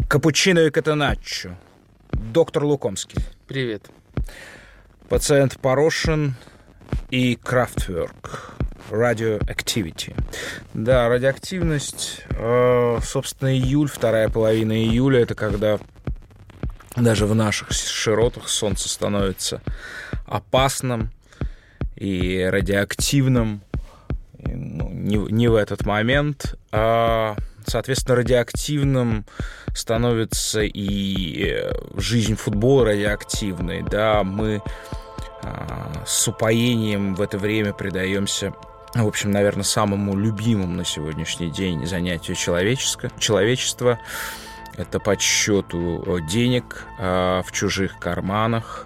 Капучино и катеначчо. Доктор Лукомский. Привет. Пациент Порошин и Крафтверк. Radioactivity. Да, радиоактивность. Собственно, июль, вторая половина июля, это когда даже в наших широтах солнце становится опасным и радиоактивным. Ну, не в этот момент, а, соответственно, радиоактивным становится и жизнь футбола радиоактивной. Да, мы с упоением в это время предаемся, в общем, наверное, самому любимому на сегодняшний день занятию человечества. Это подсчету денег в чужих карманах.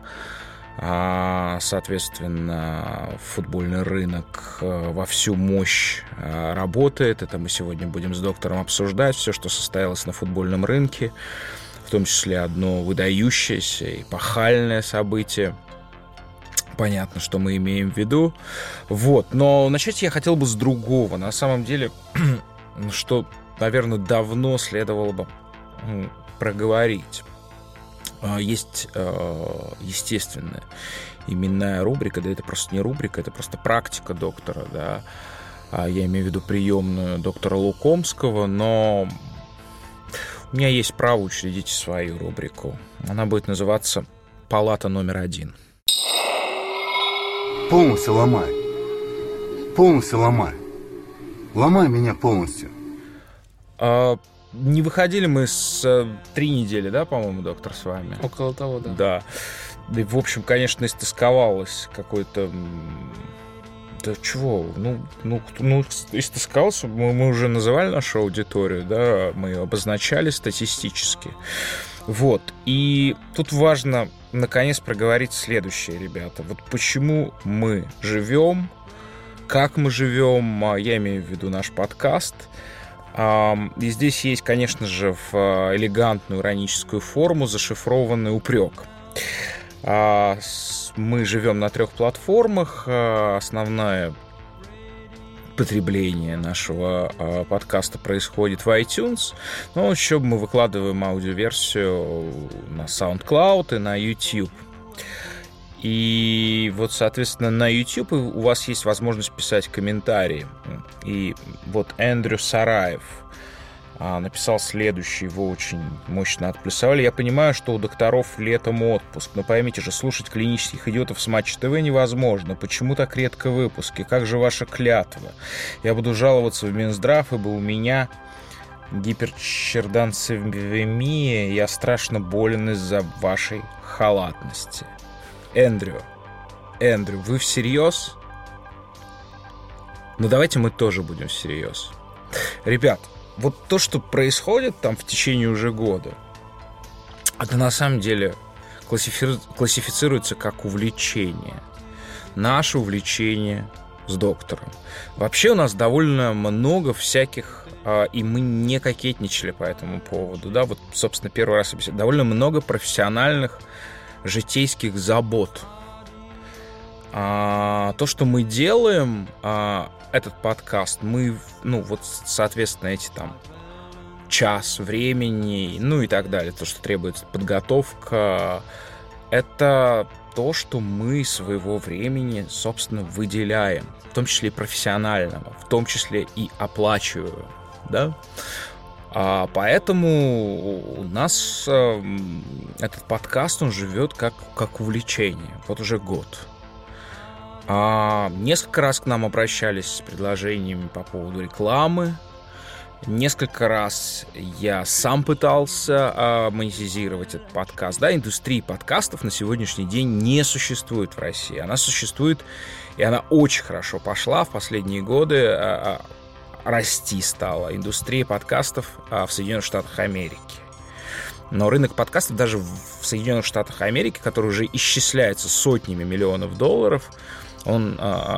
Соответственно, футбольный рынок во всю мощь работает. Это мы сегодня будем с доктором обсуждать. Все, что состоялось на футбольном рынке, в том числе одно выдающееся и эпохальное событие. Понятно, что мы имеем в виду. Вот. Но начать я хотел бы с другого. На самом деле, что, наверное, давно следовало бы проговорить. Есть естественная именная рубрика, да это просто не рубрика, это просто практика доктора, да. Я имею в виду приемную доктора Лукомского, но у меня есть право учредить свою рубрику. Она будет называться «Палата номер 1». Полностью ломай. Полностью ломай. Ломай меня полностью. Не выходили мы с 3 недели, да, по-моему, доктор, с вами? Около того, да. Да. И, в общем, конечно, истосковалось какой-то... Да чего? Ну, истосковался. Мы уже называли нашу аудиторию, да, мы ее обозначали статистически. Вот. И тут важно, наконец, проговорить следующее, ребята. Вот почему мы живем, как мы живем, я имею в виду наш подкаст. И здесь есть, конечно же, в элегантную ироническую форму зашифрованный упрек. Мы живем на 3 платформах. Основное потребление нашего подкаста происходит в iTunes. Но еще мы выкладываем аудиоверсию на SoundCloud и на YouTube. И вот, соответственно, на YouTube у вас есть возможность писать комментарии. И вот Эндрю Сараев написал следующее, его очень мощно отплюсовали. Я понимаю, что у докторов летом отпуск, но поймите же, слушать клинических идиотов с Матч ТВ невозможно. Почему так редко выпуски? Как же ваша клятва? Я буду жаловаться в Минздрав, ибо у меня гиперчерданцевемия, я страшно болен из-за вашей халатности. Эндрю, вы всерьез? Ну, давайте мы тоже будем всерьез. Ребят, вот то, что происходит там в течение уже года, это на самом деле классифицируется как увлечение. Наше увлечение с доктором. Вообще у нас довольно много всяких, и мы не кокетничали по этому поводу, да, вот, собственно, первый раз довольно много профессиональных житейских забот. То, что мы делаем, этот подкаст, мы, ну, вот, соответственно, эти там час времени, ну и так далее, то, что требуется подготовка, это то, что мы своего времени, собственно, выделяем, в том числе и профессионального, в том числе и оплачиваем, да? Поэтому у нас этот подкаст, он живет как увлечение. Вот уже год. Несколько раз к нам обращались с предложениями по поводу рекламы. Несколько раз я сам пытался монетизировать этот подкаст. Да, индустрии подкастов на сегодняшний день не существует в России. Она существует, и она очень хорошо пошла в последние годы. Расти стала индустрия подкастов в Соединенных Штатах Америки. Но рынок подкастов даже в Соединенных Штатах Америки, который уже исчисляется сотнями миллионов долларов, он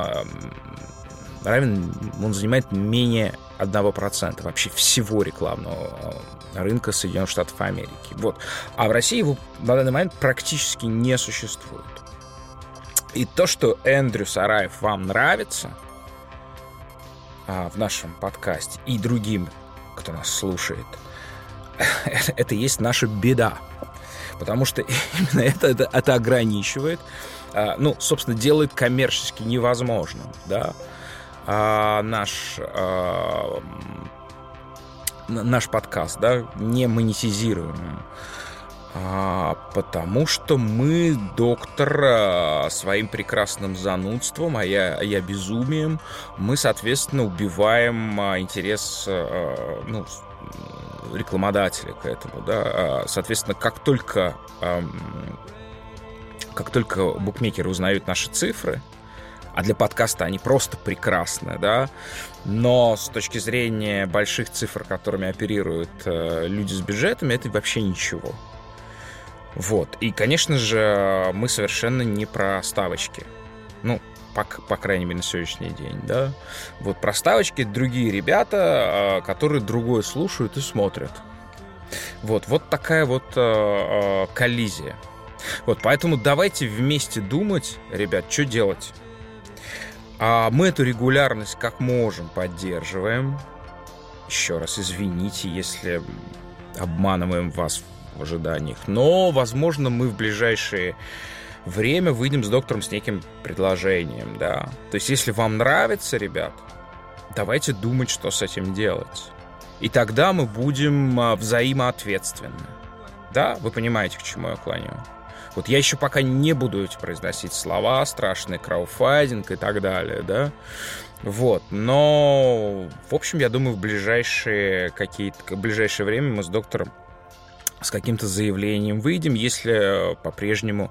занимает менее 1% вообще всего рекламного рынка Соединенных Штатов Америки. Вот. А в России его на данный момент практически не существует. И то, что Эндрю Сараев вам нравится в нашем подкасте и другим, кто нас слушает, это есть наша беда. Потому что именно это ограничивает, собственно, делает коммерчески невозможным, да, наш подкаст, да, не монетизируемым. Потому что мы, доктор, своим прекрасным занудством, а я безумием, мы, соответственно, убиваем интерес, рекламодателя к этому, да. Соответственно, как только букмекеры узнают наши цифры, а для подкаста они просто прекрасны, да, но с точки зрения больших цифр, которыми оперируют люди с бюджетами, это вообще ничего. Вот. И, конечно же, мы совершенно не про ставочки. По крайней мере, на сегодняшний день, да. Вот про ставочки другие ребята, которые другое слушают и смотрят. Вот такая вот коллизия. Вот, поэтому давайте вместе думать, ребят, что делать. Мы эту регулярность как можем поддерживаем. Еще раз извините, если обманываем вас в ожиданиях. Но, возможно, мы в ближайшее время выйдем с доктором с неким предложением, да. То есть, если вам нравится, ребят, давайте думать, что с этим делать. И тогда мы будем взаимоответственны. Да, вы понимаете, к чему я клоню. Вот я еще пока не буду произносить слова, страшный крауфандинг и так далее, да. Вот, но, в общем, я думаю, в ближайшее время мы с доктором с каким-то заявлением выйдем, если по-прежнему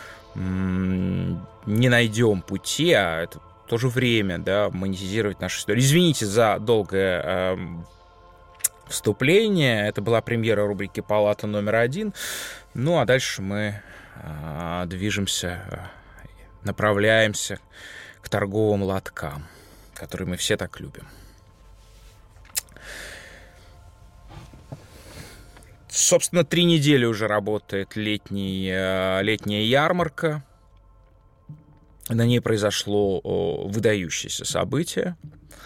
не найдем пути, а это тоже время, да, монетизировать нашу историю. Извините за долгое вступление. Это была премьера рубрики «Палата номер 1». Ну, а дальше мы движемся, направляемся к торговым лоткам, которые мы все так любим. Собственно, 3 недели уже работает летняя ярмарка. На ней произошло выдающееся событие.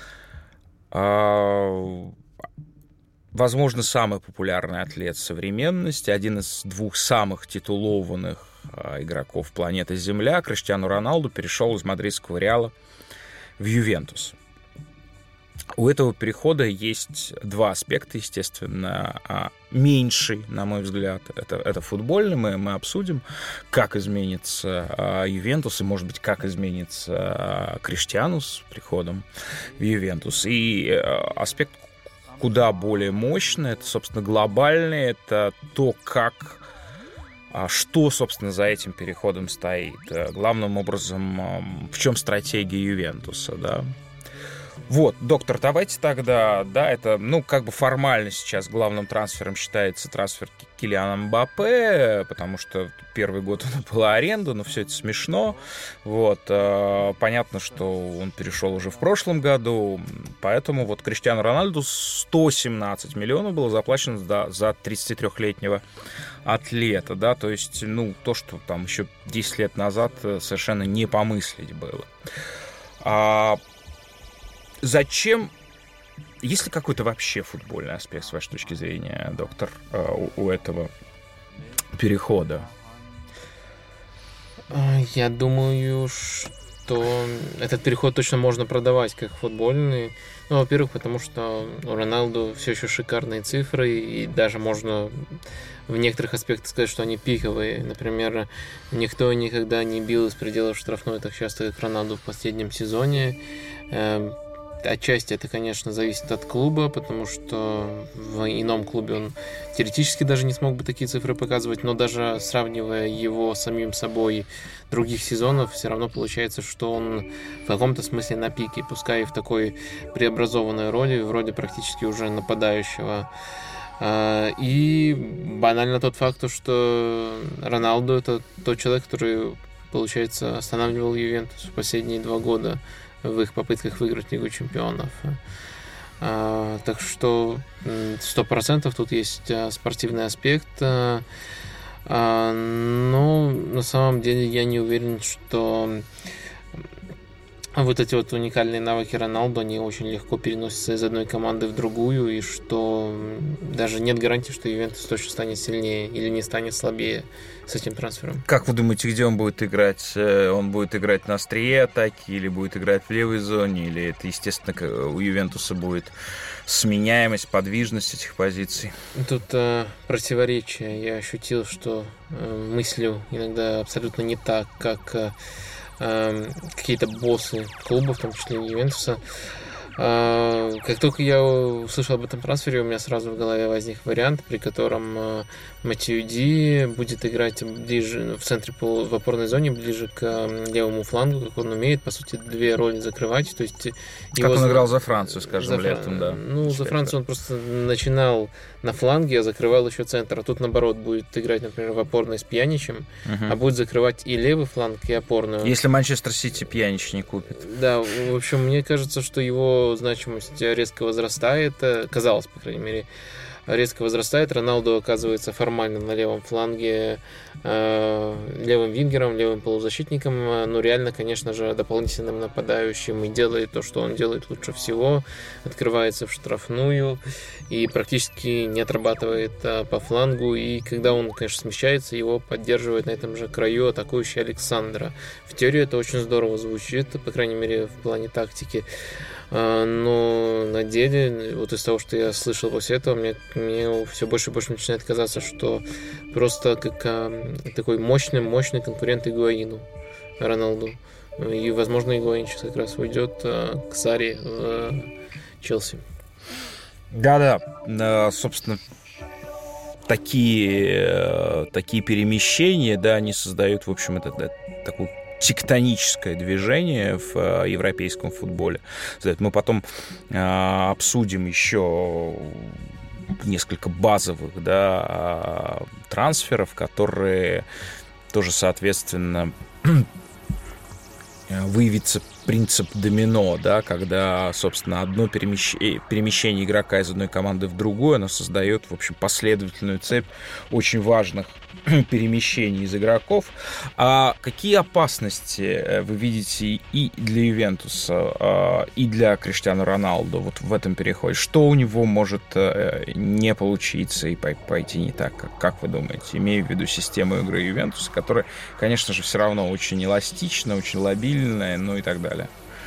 Возможно, самый популярный атлет современности, один из 2 самых титулованных игроков планеты Земля, Криштиану Роналду, перешел из мадридского Реала в Ювентус. У этого перехода есть 2 аспекта, естественно. Меньший, на мой взгляд, это футбольный. Мы обсудим, как изменится Ювентус и, может быть, как изменится Криштиану с приходом в Ювентус. И аспект куда более мощный, это, собственно, глобальный, это то, что, собственно, за этим переходом стоит. Главным образом, в чем стратегия Ювентуса, да. Вот, доктор, давайте тогда, да, это, формально сейчас главным трансфером считается трансфер Килиана Мбаппе, потому что первый год это была аренда, но все это смешно. Вот, понятно, что он перешел уже в прошлом году, поэтому вот Криштиану Роналду 117 миллионов было заплачено за 33-летнего атлета, да, то есть, то, что там еще 10 лет назад совершенно не помыслить было. Зачем, есть ли какой-то вообще футбольный аспект, с вашей точки зрения, доктор, у этого перехода? Я думаю, что этот переход точно можно продавать как футбольный. Во-первых, потому что у Роналду все еще шикарные цифры, и даже можно в некоторых аспектах сказать, что они пиковые. Например, никто никогда не бил из пределов штрафной так часто, как Роналду в последнем сезоне. Отчасти это, конечно, зависит от клуба, потому что в ином клубе он теоретически даже не смог бы такие цифры показывать, но даже сравнивая его с самим собой других сезонов, все равно получается, что он в каком-то смысле на пике, пускай и в такой преобразованной роли, вроде практически уже нападающего. И банально тот факт, что Роналду — это тот человек, который, получается, останавливал Ювентус в последние 2 года в их попытках выиграть Лигу чемпионов. Так что 100% тут есть спортивный аспект. Но на самом деле я не уверен, что вот эти вот уникальные навыки Роналду, они очень легко переносятся из одной команды в другую, и что даже нет гарантии, что Ювентус точно станет сильнее или не станет слабее с этим трансфером. Как вы думаете, где он будет играть? Он будет играть на острие атаки или будет играть в левой зоне? Или это, естественно, у Ювентуса будет сменяемость, подвижность этих позиций? Тут противоречие. Я ощутил, что мыслю иногда абсолютно не так, как какие-то боссы клубов, в том числе и Ювентуса. Как только я услышал об этом трансфере, у меня сразу в голове возник вариант, при котором Матьюди будет играть ближе в центре в опорной зоне, ближе к левому флангу, как он умеет, по сути, две роли закрывать. То есть как он играл за Францию, скажем, летом, да. Ну, за Францию он просто начинал на фланге, а закрывал еще центр. А тут, наоборот, будет играть, например, в опорной с Пьяничем, а будет закрывать и левый фланг, и опорную. Если Манчестер Сити Пьянич не купит. Да, в общем, мне кажется, что его значимость резко возрастает, казалось, по крайней мере, резко возрастает. Роналду оказывается формально на левом фланге левым вингером, левым полузащитником, но реально, конечно же, дополнительным нападающим, и делает то, что он делает лучше всего, открывается в штрафную и практически не отрабатывает по флангу, и когда он, конечно, смещается, его поддерживает на этом же краю атакующий Александра. В теории это очень здорово звучит, по крайней мере, в плане тактики. Но на деле, вот из того, что я слышал после этого, мне все больше и больше начинает казаться, что просто как такой мощный конкурент Игуаину, Роналду. И, возможно, Игуаин сейчас как раз уйдет к Сарри в Челси. Да, собственно, такие перемещения, да, они создают, в общем, такую тектоническое движение в европейском футболе. Мы потом обсудим еще несколько базовых, да, трансферов, которые тоже, соответственно, выявится принцип домино, да, когда, собственно, одно перемещение игрока из одной команды в другую, оно создает, в общем, последовательную цепь очень важных перемещений из игроков. А какие опасности вы видите и для Ювентуса, и для Криштиану Роналду вот в этом переходе? Что у него может не получиться и пойти не так, как вы думаете? Имею в виду систему игры Ювентуса, которая, конечно же, все равно очень эластична, очень лобильная, ну и так далее.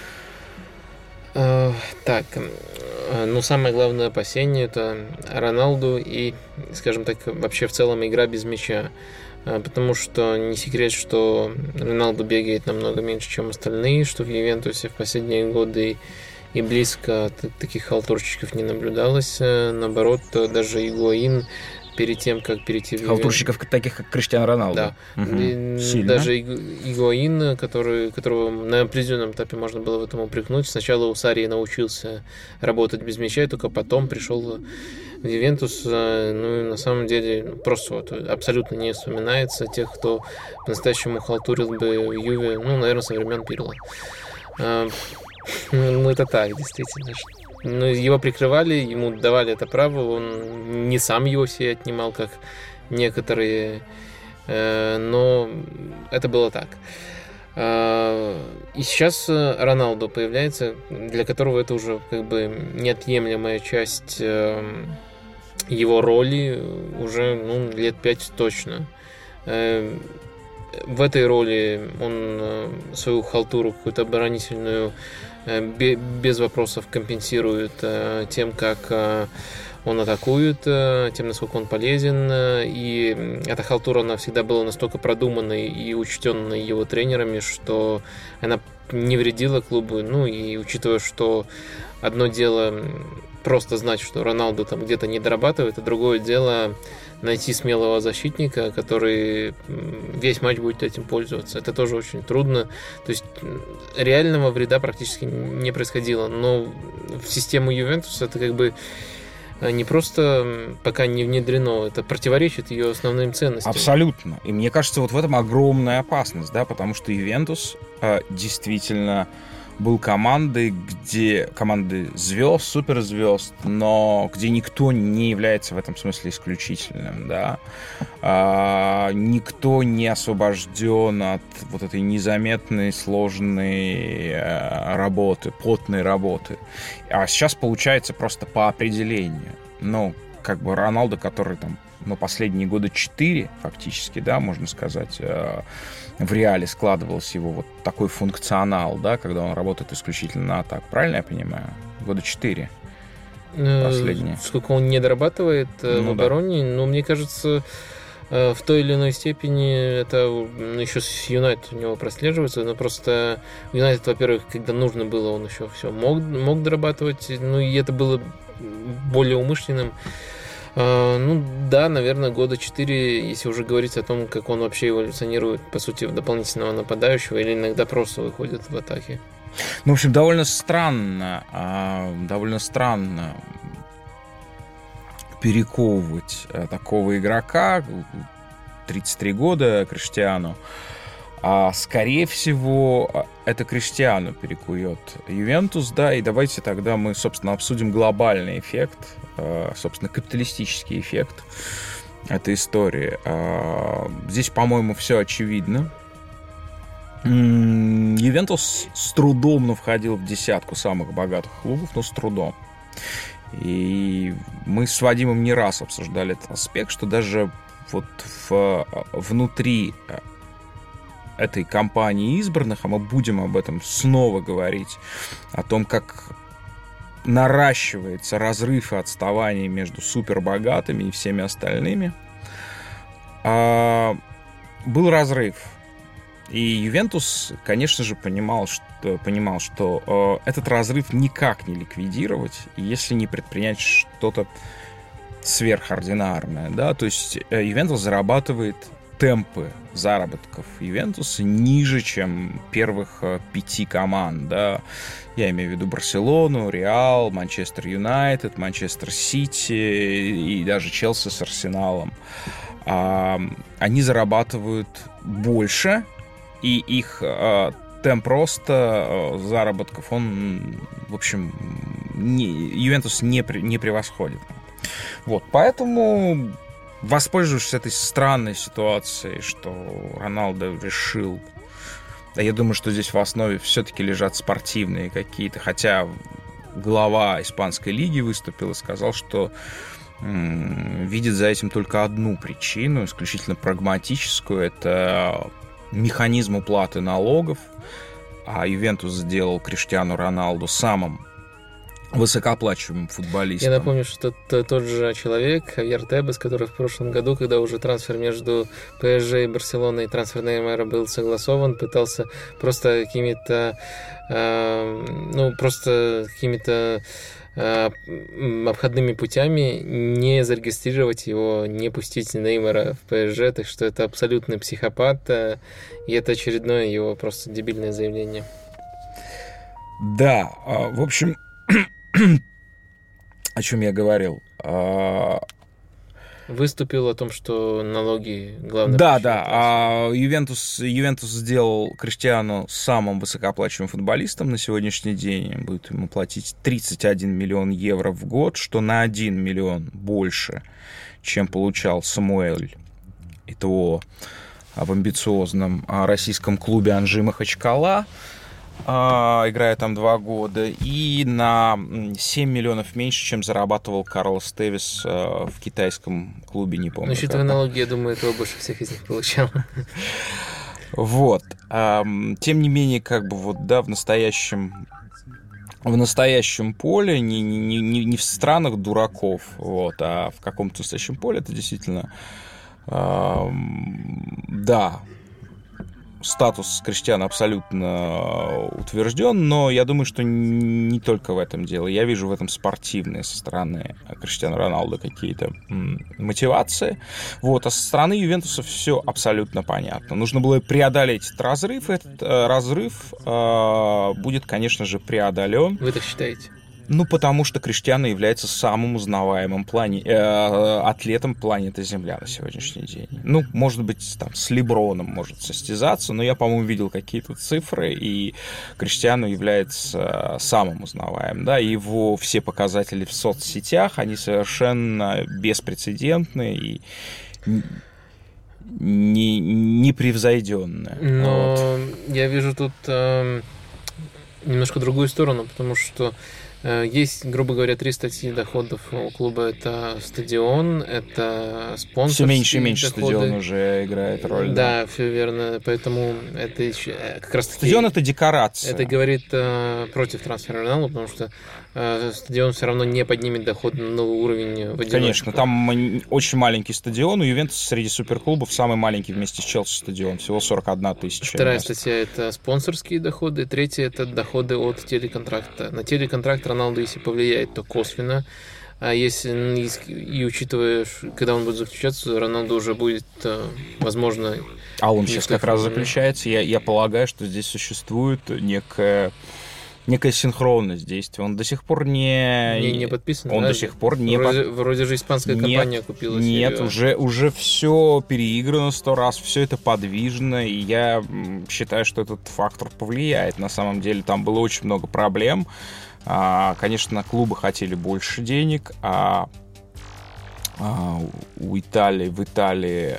Так, ну, самое главное опасение — это Роналду и, скажем так, вообще в целом игра без мяча. Потому что не секрет, что Роналду бегает намного меньше, чем остальные, что в Ювентусе в последние годы и близко таких халтурщиков не наблюдалось. Наоборот, даже Игуаин перед тем, как перейти в халтурщиков таких, как Криштиану Роналду. Да. Угу. Даже Игуаин, которого на определенном этапе можно было в этом упрекнуть, сначала у Сарри научился работать без мяча, и только потом пришел в Ювентус. Ну и на самом деле просто вот абсолютно не вспоминается тех, кто по-настоящему халтурил бы в Юве, ну, наверное, со времен Пирло. Ну, это так, действительно. Ну, его прикрывали, ему давали это право, он не сам его себе отнимал, как некоторые, но это было так. И сейчас Роналду появляется, для которого это уже как бы неотъемлемая часть его роли уже, ну, лет 5 точно. В этой роли он свою халтуру какую-то оборонительную без вопросов компенсирует тем, как он атакует, тем, насколько он полезен. И эта халтура, она всегда была настолько продуманной и учтенной его тренерами, что она не вредила клубу. Ну и учитывая, что одно дело просто знать, что Роналду там где-то не дорабатывает, а другое дело найти смелого защитника, который весь матч будет этим пользоваться. Это тоже очень трудно. То есть реального вреда практически не происходило. Но в систему Ювентуса это как бы не просто пока не внедрено, это противоречит ее основным ценностям. Абсолютно. И мне кажется, вот в этом огромная опасность, да, потому что Ювентус действительно был командой звезд, суперзвезд, но где никто не является в этом смысле исключительным, да. Никто не освобожден от вот этой незаметной, сложной работы, потной работы. А сейчас получается просто по определению. Ну, как бы Роналдо, который там, последние года 4, фактически, да, можно сказать, в Реале складывался его вот такой функционал, да, когда он работает исключительно на атаку. Правильно я понимаю? Года 4 последние. Сколько он не дорабатывает в обороне, но мне кажется, в той или иной степени это еще с Юнайтед у него прослеживается, но просто Юнайтед, во-первых, когда нужно было, он еще все мог дорабатывать, и это было более умышленным. Да, наверное, года 4, если уже говорить о том, как он вообще эволюционирует, по сути, в дополнительного нападающего, или иногда просто выходит в атаке. В общем, довольно странно перековывать такого игрока, 33 года Криштиану. Скорее всего, это Криштиану перекует Ювентус, да, и давайте тогда мы, собственно, обсудим глобальный эффект, собственно, капиталистический эффект этой истории. Здесь, по-моему, все очевидно. Ювентус с трудом, но входил в десятку самых богатых клубов, но с трудом. И мы с Вадимом не раз обсуждали этот аспект, что даже вот внутри этой компании избранных, а мы будем об этом снова говорить, о том, как наращивается разрыв и отставание между супербогатыми и всеми остальными, был разрыв. И Ювентус, конечно же, понимал, что этот разрыв никак не ликвидировать, если не предпринять что-то сверхординарное. Да? То есть Ювентус зарабатывает темпы заработков Ювентуса ниже, чем первых 5 команд. Да? Я имею в виду Барселону, Реал, Манчестер Юнайтед, Манчестер Сити и даже Челси с Арсеналом. Они зарабатывают больше, и их темп роста заработков, он, в общем, Ювентус не превосходит. Вот, поэтому, воспользовавшись этой странной ситуацией, что Роналдо решил, я думаю, что здесь в основе все-таки лежат спортивные какие-то, хотя глава испанской лиги выступил и сказал, что видит за этим только одну причину, исключительно прагматическую, это механизм уплаты налогов, а Ювентус сделал Криштиану Роналду самым высокооплачиваемым футболистом. Я напомню, что это тот же человек, Хавьер Тебес, который в прошлом году, когда уже трансфер между ПСЖ и Барселоной, трансферная мэра был согласован, пытался просто какими-то обходными путями не зарегистрировать его, не пустить Неймара в ПСЖ, так что это абсолютный психопат, и это очередное его просто дебильное заявление. Да, в общем, о чем я говорил. Выступил о том, что налоги главное. Да. Ювентус сделал Криштиану самым высокооплачиваемым футболистом на сегодняшний день. Будет ему платить 31 миллион евро в год, что на 1 миллион больше, чем получал Самуэль Этуо в амбициозном российском клубе Анжи Махачкала, играя там 2 года, и на 7 миллионов меньше, чем зарабатывал Карлос Тевес в китайском клубе, не помню. Учитывая налоги, я думаю, этого больше всех из них получал. Вот. Тем не менее, как бы вот, да, в настоящем поле, не в странах дураков, вот, а в каком-то настоящем поле, это действительно, да, статус Криштиану абсолютно утвержден, но я думаю, что не только в этом дело. Я вижу в этом спортивные со стороны Криштиану Роналдо какие-то мотивации. Вот. А со стороны Ювентуса все абсолютно понятно. Нужно было преодолеть этот разрыв. Этот разрыв будет, конечно же, преодолен. Вы так считаете? Ну, потому что Криштиану является самым узнаваемым атлетом планеты Земля на сегодняшний день. Ну, может быть, там с Леброном может состязаться, но я, по-моему, видел какие-то цифры, и Криштиану является самым узнаваемым. Да? Его все показатели в соцсетях, они совершенно беспрецедентны и непревзойденные. Но вот. Я вижу тут немножко другую сторону, потому что есть, грубо говоря, 3 статьи доходов у клуба. Это стадион, это спонсорские все меньше и меньше доходы. Стадион уже играет роль. Да, все верно. Поэтому это еще как раз таки... Стадион — это декорация. Это говорит против трансфера Роналду, потому что стадион все равно не поднимет доход на новый уровень в одиночку. Конечно, там очень маленький стадион. У Ювентуса среди суперклубов самый маленький вместе с Челси стадион. Всего 41 тысяча. Вторая статья — это спонсорские доходы. Третья — это доходы от телеконтракта. На телеконтракт Роналду, если повлияет, то косвенно. А если, и учитывая, когда он будет заключаться, Роналду уже будет, возможно... А он сейчас как раз заключается. Я полагаю, что здесь существует некая синхронность действий. Он до сих пор не подписан. Он до сих пор не... Вроде же испанская компания купила себе. Нет, уже все переиграно 100 раз, все это подвижно, и я считаю, что этот фактор повлияет. На самом деле там было очень много проблем. Конечно, клубы хотели больше денег, в Италии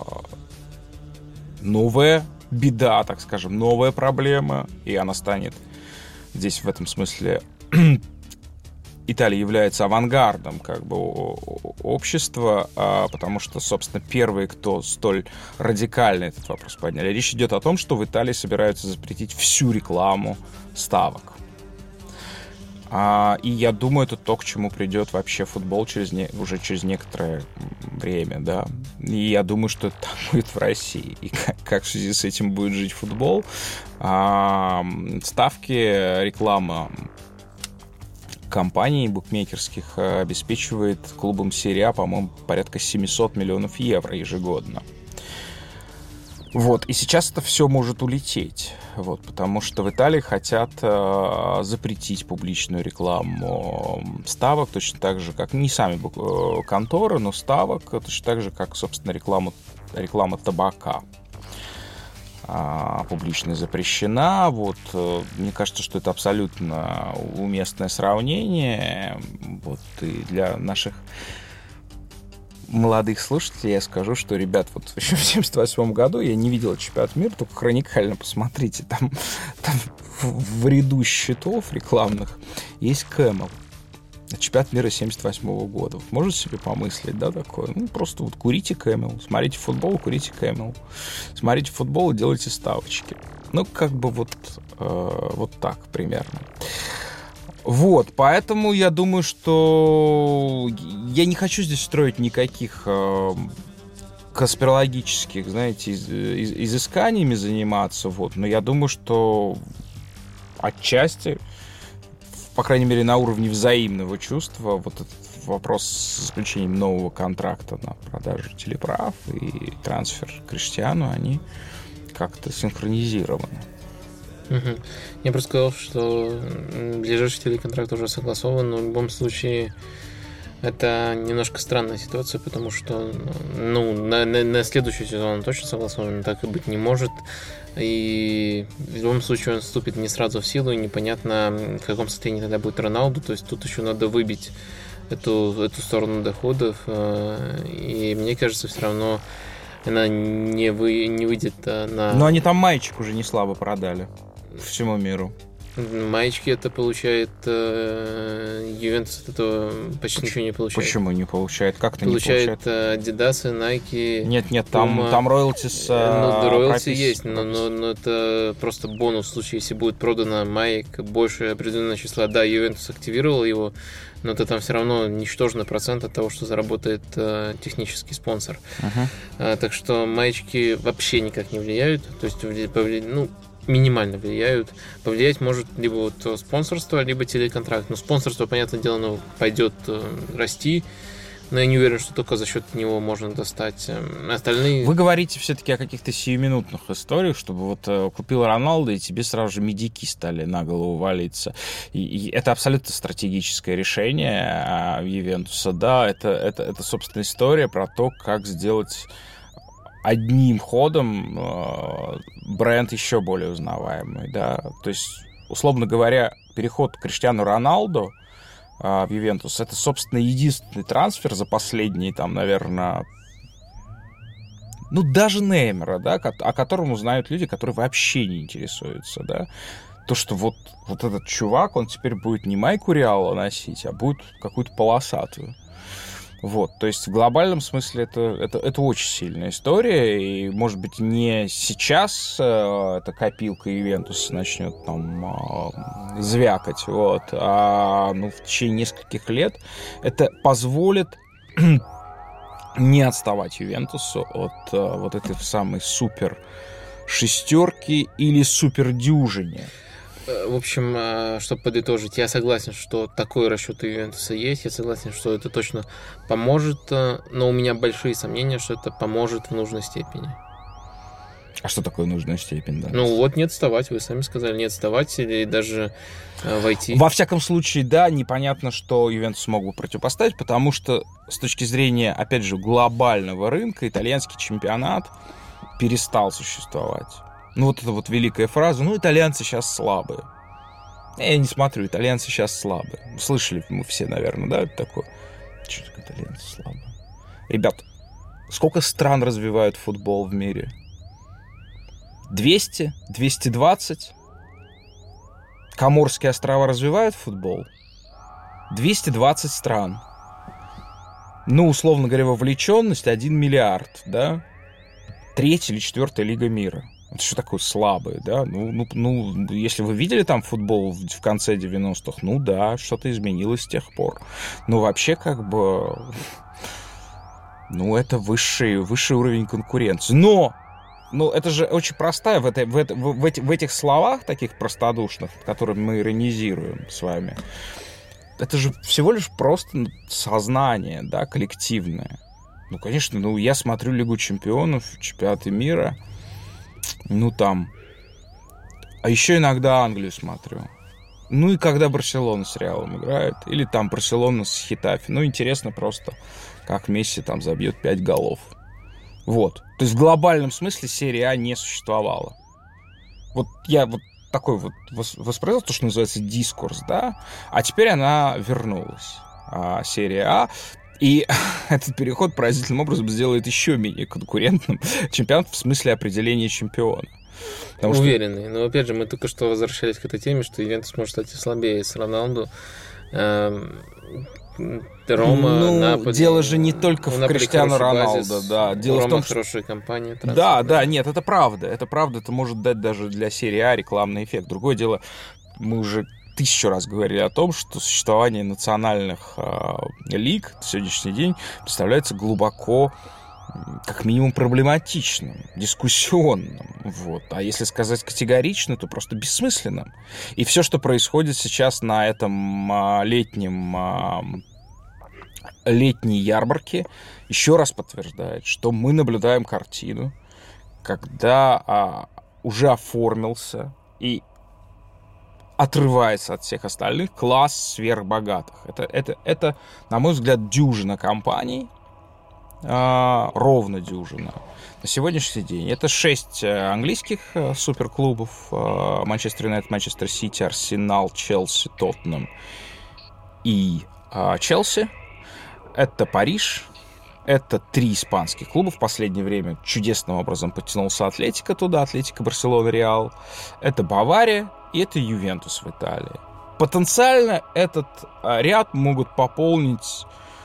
новая беда, так скажем, новая проблема, и она станет здесь в этом смысле... Италия является авангардом как бы общества, потому что, собственно, первые, кто столь радикально этот вопрос подняли. Речь идет о том, что в Италии собираются запретить всю рекламу ставок. И я думаю, это то, к чему придет вообще футбол уже через некоторое время, да. И я думаю, что это так будет в России. И как в связи с этим будет жить футбол? Ставки, реклама компаний букмекерских обеспечивает клубам серии А, по-моему, порядка 700 миллионов евро ежегодно. Вот, и сейчас это все может улететь, вот, потому что в Италии хотят запретить публичную рекламу ставок, точно так же, как не сами конторы, но ставок, точно так же, как, собственно, реклама табака публично запрещена. Вот, мне кажется, что это абсолютно уместное сравнение. Вот, и для наших молодых слушателей я скажу, что, ребят, вот еще в 1978 году я не видел чемпионат мира, только хроникально посмотрите, там в ряду счетов рекламных есть Camel. Чемпионат мира 1978 года. Вот можете себе помыслить, да, такое? Ну, просто вот курите Camel, смотрите футбол, курите Camel. Смотрите футбол и делайте ставочки. Ну, как бы вот так примерно. Вот, поэтому я думаю, что я не хочу здесь строить никаких конспирологических, знаете, изысканиями заниматься, вот, но я думаю, что отчасти, по крайней мере, на уровне взаимного чувства, вот этот вопрос с заключением нового контракта на продажу телеправ и трансфер Криштиану, они как-то синхронизированы. Угу. Я просто сказал, что ближайший телеконтракт уже согласован, но в любом случае это немножко странная ситуация, потому что на следующий сезон он точно согласован, так и быть не может. И в любом случае он вступит не сразу в силу, и непонятно, в каком состоянии тогда будет Роналду. То есть тут еще надо выбить эту сторону доходов. И мне кажется, все равно она не выйдет на... Но они там маечек уже не слабо продали всему миру. Маечки это получает Ювентус, от этого почти ничего не получает. Почему не получает? Как-то не получает? Получает Adidas, Nike. Нет, там роялтис. Роялти есть, но это просто бонус в случае, если будет продано маек больше определенного числа. Да, Ювентус активировал его, но это там все равно ничтожный процент от того, что заработает технический спонсор. Так что маечки вообще никак не влияют. То есть минимально влияют. Повлиять может либо вот спонсорство, либо телеконтракт. Но спонсорство, понятное дело, пойдет расти. Но я не уверен, что только за счет него можно достать остальные. Вы говорите все-таки о каких-то сиюминутных историях, чтобы вот купил Роналдо, и тебе сразу же медики стали на голову валиться. И это абсолютно стратегическое решение Ювентуса. Да, это, собственно, история про то, как сделать одним ходом бренд еще более узнаваемый. Да? То есть, условно говоря, переход к Криштиану Роналду в Ювентус — это, собственно, единственный трансфер за последние, там, наверное, даже Неймара, да, о котором узнают люди, которые вообще не интересуются, да. То, что вот этот чувак, он теперь будет не майку Реала носить, а будет какую-то полосатую. Вот, то есть в глобальном смысле это очень сильная история, и, может быть, не сейчас эта копилка Ювентуса начнет там звякать, вот, а в течение нескольких лет это позволит не отставать Ювентусу от вот этой самой супер шестерки или супер дюжине. В общем, чтобы подытожить, я согласен, что такой расчет у Ювентуса есть, я согласен, что это точно поможет, но у меня большие сомнения, что это поможет в нужной степени. А что такое нужная степень? Да? Не отставать, вы сами сказали, не отставать или даже войти. Во всяком случае, да, непонятно, что Ювентус мог бы противопоставить, потому что с точки зрения, опять же, глобального рынка, итальянский чемпионат перестал существовать. Вот это вот великая фраза, итальянцы сейчас слабые. Я не смотрю, итальянцы сейчас слабые. Слышали мы все, наверное, да, это такое? Что такое итальянцы слабые? Ребят, сколько стран развивают футбол в мире? 200? 220? Коморские острова развивают футбол? 220 стран. Условно говоря, вовлеченность 1 миллиард, да? 3-я или 4-я лига мира. Это что такое слабые, да? Если вы видели там футбол в конце 90-х, да, что-то изменилось с тех пор. Вообще, это высший уровень конкуренции. Но это же очень простая в этих словах, таких простодушных, которыми мы иронизируем с вами, это же всего лишь просто сознание, да, коллективное. Конечно, я смотрю Лигу чемпионов, чемпионаты мира, там. А еще иногда Англию смотрю. И когда Барселона с Реалом играет, или там Барселона с Хетафе. Интересно просто, как Месси там забьет 5 голов. Вот. То есть в глобальном смысле серия А не существовала. Я такой воспроизвел то, что называется дискурс, да, а теперь она вернулась. Серия А. И этот переход поразительным образом сделает еще менее конкурентным чемпионат в смысле определения чемпиона. Уверенный. Но опять же, мы только что возвращались к этой теме, что Ювентус может стать слабее с Роналду. Рома, Наполи. Дело же не только в Криштиану Роналдо, да. Дело в том, что хорошая компания. Да, нет, это правда. Это правда, это может дать даже для серии А рекламный эффект. Другое дело, мы уже 1000 раз говорили о том, что существование национальных лиг на сегодняшний день представляется глубоко, как минимум, проблематичным, дискуссионным. А если сказать категорично, то просто бессмысленным. И все, что происходит сейчас на этом летней ярмарке, еще раз подтверждает, что мы наблюдаем картину, когда уже оформился и отрывается от всех остальных класс сверхбогатых. Это, на мой взгляд, дюжина компаний, ровно дюжина. На сегодняшний день это 6 английских суперклубов: Манчестер Юнайтед, Манчестер Сити, Арсенал, Челси, Тоттенхэм и Челси. Это Париж. Это 3 испанских клуба. В последнее время чудесным образом подтянулся Атлетико туда. Атлетико, Барселона, Реал. Это Бавария. И это Ювентус в Италии. Потенциально этот ряд могут пополнить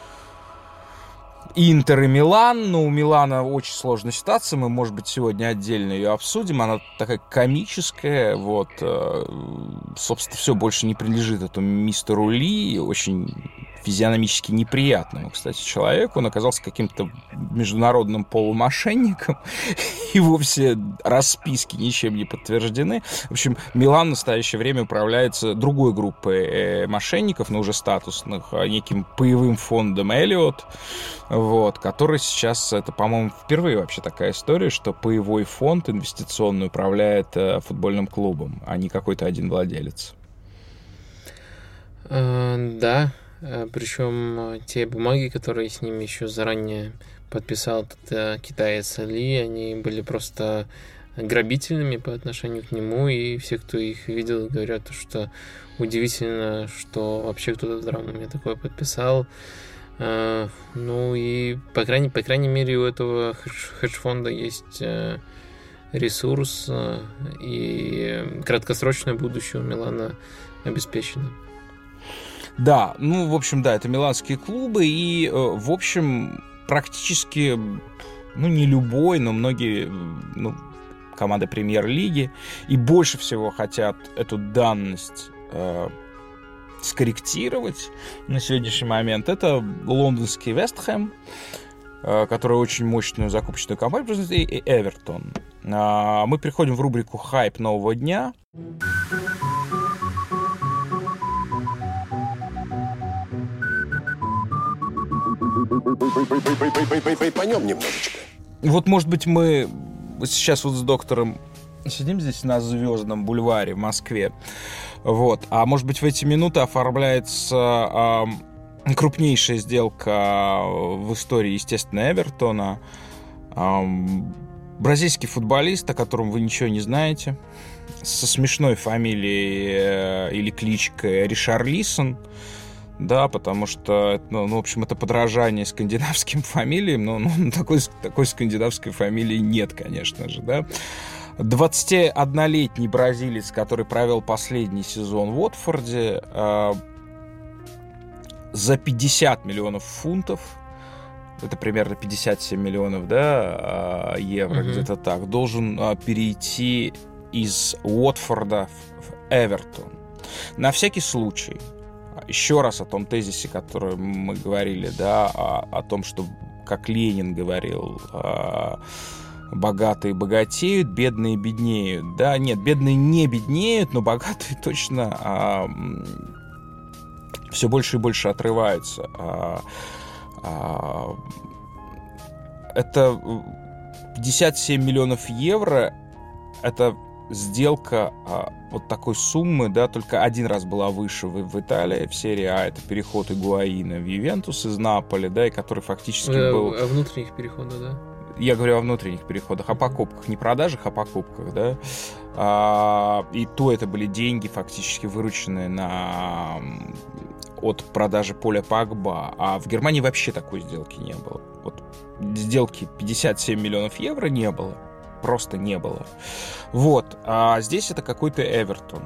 Интер и Милан, но у Милана очень сложная ситуация, мы, может быть, сегодня отдельно ее обсудим, она такая комическая, собственно, все больше не принадлежит этому мистеру Ли, очень физиономически неприятному, кстати, человеку. Он оказался каким-то международным полумошенником, и вовсе расписки ничем не подтверждены. В общем, Милан в настоящее время управляется другой группой мошенников, но уже статусных, неким паевым фондом Эллиот, вот, который сейчас, это, по-моему, впервые вообще такая история, что паевой фонд инвестиционный управляет футбольным клубом, а не какой-то один владелец. Да, причем те бумаги, которые с ним еще заранее подписал китаец Ли, они были просто грабительными по отношению к нему, и все, кто их видел, говорят, что удивительно, что вообще кто-то в здравом уме такое подписал. Ну и по крайней мере у этого хедж-фонда есть ресурс, и краткосрочное будущее у Милана обеспечено. Да, ну, в общем, да, это миланские клубы, и, в общем, практически, ну, не любой, но многие, ну, команды премьер-лиги, и больше всего хотят эту данность скорректировать на сегодняшний момент. Это лондонский Вест Хэм, который очень мощную закупочную кампанию производит, и Эвертон. Мы переходим в рубрику «Хайп нового дня». Пойдем немножечко. Вот, может быть, мы сейчас вот с доктором сидим здесь на Звездном бульваре в Москве, вот, а может быть, в эти минуты оформляется крупнейшая сделка в истории, естественно, Эвертона. Бразильский футболист, о котором вы ничего не знаете, со смешной фамилией или кличкой Ришарлисон. Да, потому что, ну, в общем, это подражание скандинавским фамилиям, но такой скандинавской фамилии нет, конечно же, да. 21-летний бразилец, который провел последний сезон в Уотфорде, за 50 миллионов фунтов, это примерно 57 миллионов, да, евро, где-то так, должен перейти из Уотфорда в Эвертон. На всякий случай, еще раз о том тезисе, который мы говорили, да, о том, что, как Ленин говорил, богатые богатеют, бедные беднеют. Да, нет, бедные не беднеют, но богатые точно все больше и больше отрываются. Это 57 миллионов евро, это сделка вот такой суммы, да, только один раз была выше в Италии, в серии А, это переход Игуаина в Ювентус из Наполи, да, и который фактически был... О внутренних переходах, да? Я говорю о внутренних переходах, о покупках, не продажах, а покупках, да. И то это были деньги, фактически вырученные от продажи Поля Погба, а в Германии вообще такой сделки не было. Вот сделки 57 миллионов евро не было. Просто не было. Вот. А здесь это какой-то Эвертон.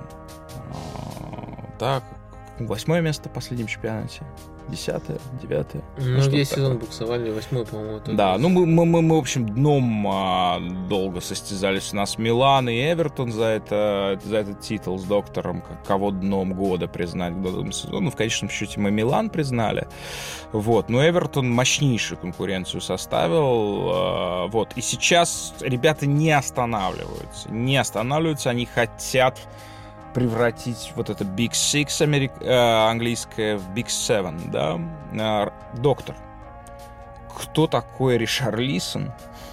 Так, 8 место в последнем чемпионате. 10-е, 9-е. Ну, весь сезон буксовали, 8-й, по-моему. Да, ну мы, в общем, дном долго состязались. У нас Милан и Эвертон за этот титул с доктором, кого дном года признать к годовому сезону. Ну, в конечном счете мы Милан признали. Вот, но Эвертон мощнейшую конкуренцию составил. Вот, и сейчас ребята не останавливаются. Они хотят превратить вот это Big Six английское в Big Seven, да. Доктор, кто такой Ришарлисон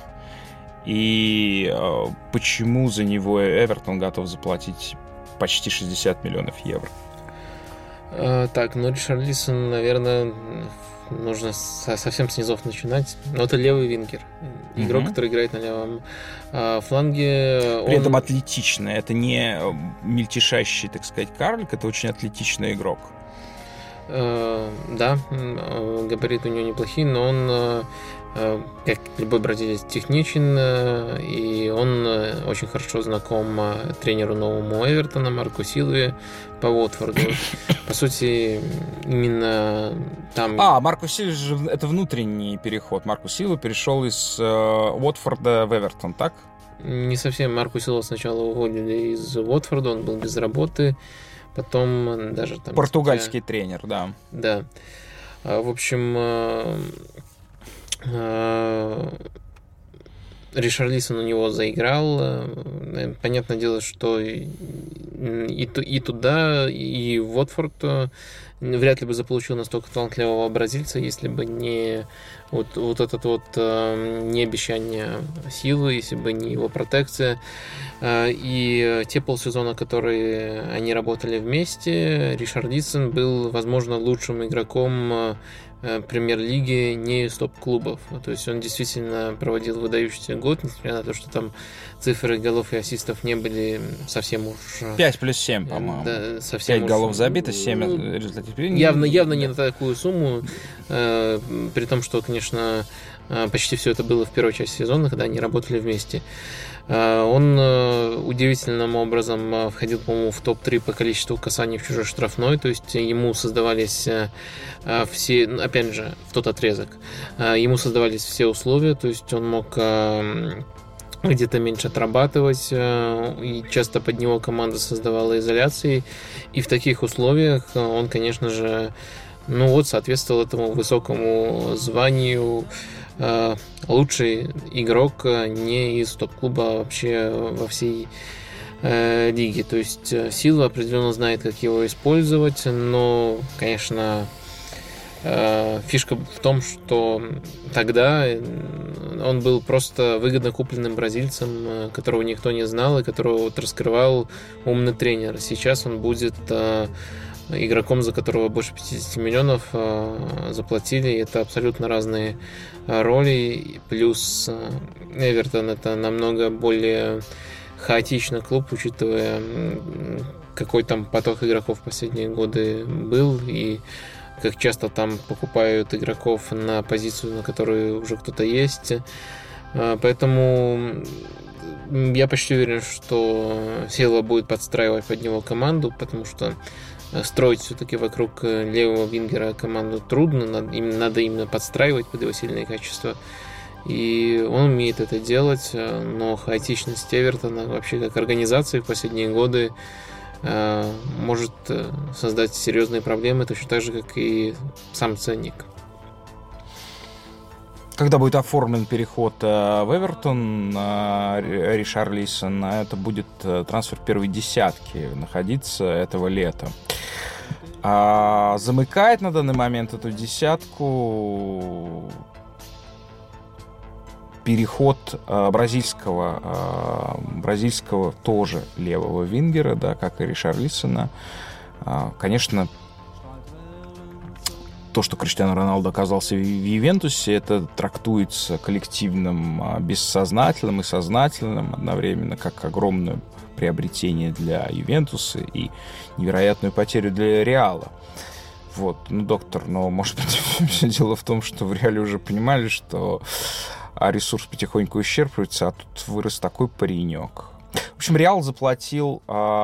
и почему за него Эвертон готов заплатить почти 60 миллионов евро? Так, ну Ришарлисон, наверное, нужно совсем с низов начинать. Но это левый вингер. Игрок, который играет на левом фланге. При этом атлетичный. Это не мельтешащий, так сказать, карлик. Это очень атлетичный игрок. Да, габариты у него неплохие, но он, как любой бразилец, техничен, и он очень хорошо знаком тренеру новому Эвертона, Марку Силве, по Уотфорду. По сути, именно там... Марку Силве же это внутренний переход. Марку Силве перешел из Уотфорда в Эвертон, так? Не совсем. Марку Силве сначала уволили из Уотфорда, он был без работы. Потом даже там... Португальский тренер, да. Да. В общем, Ришарлисон у него заиграл. Понятное дело, что и туда, и в Уотфорд вряд ли бы заполучил настолько талантливого бразильца, если бы не вот этот вот не обещание силы, если бы не его протекция. И те полсезона, которые они работали вместе, Ришарлисон был, возможно, лучшим игроком премьер-лиги не из топ-клубов. То есть он действительно проводил выдающийся год, несмотря на то, что там цифры голов и ассистов не были совсем уж... 5 плюс 7, по-моему. Да, совсем 5 голов забито, 7 результатов. Явно не на такую сумму, при том, что, конечно, почти все это было в первой части сезона, когда они работали вместе. Он удивительным образом входил, по-моему, в топ-3 по количеству касаний в чужой штрафной, то есть ему создавались все, опять же, в тот отрезок, ему создавались все условия, то есть он мог где-то меньше отрабатывать, и часто под него команда создавала изоляции, и в таких условиях он, конечно же, соответствовал этому высокому званию лучший игрок не из топ-клуба, а вообще во всей лиге. То есть Силва определенно знает, как его использовать, но, конечно, фишка в том, что тогда он был просто выгодно купленным бразильцем, которого никто не знал и которого раскрывал умный тренер. Сейчас он будет игроком, за которого больше 50 миллионов заплатили. Это абсолютно разные роли. Плюс Эвертон — это намного более хаотичный клуб, учитывая, какой там поток игроков в последние годы был и как часто там покупают игроков на позицию, на которой уже кто-то есть. Поэтому я почти уверен, что Силва будет подстраивать под него команду, потому что строить все-таки вокруг левого вингера команду трудно, надо именно подстраивать под его сильные качества. И он умеет это делать, но хаотичность Эвертона вообще как организации в последние годы может создать серьезные проблемы, точно так же, как и сам ценник. Когда будет оформлен переход в Эвертон Ришарлисона, это будет трансфер первой десятки находиться этого лета. Замыкает на данный момент эту десятку переход бразильского тоже левого вингера, да, как и Ришарлисона. Конечно, то, что Криштиану Роналду оказался в Ювентусе, это трактуется коллективным бессознательным и сознательным одновременно как огромное приобретение для Ювентуса и невероятную потерю для Реала. Вот, доктор, может быть, все дело в том, что в Реале уже понимали, что ресурс потихоньку исчерпывается, а тут вырос такой паренек. В общем, Реал заплатил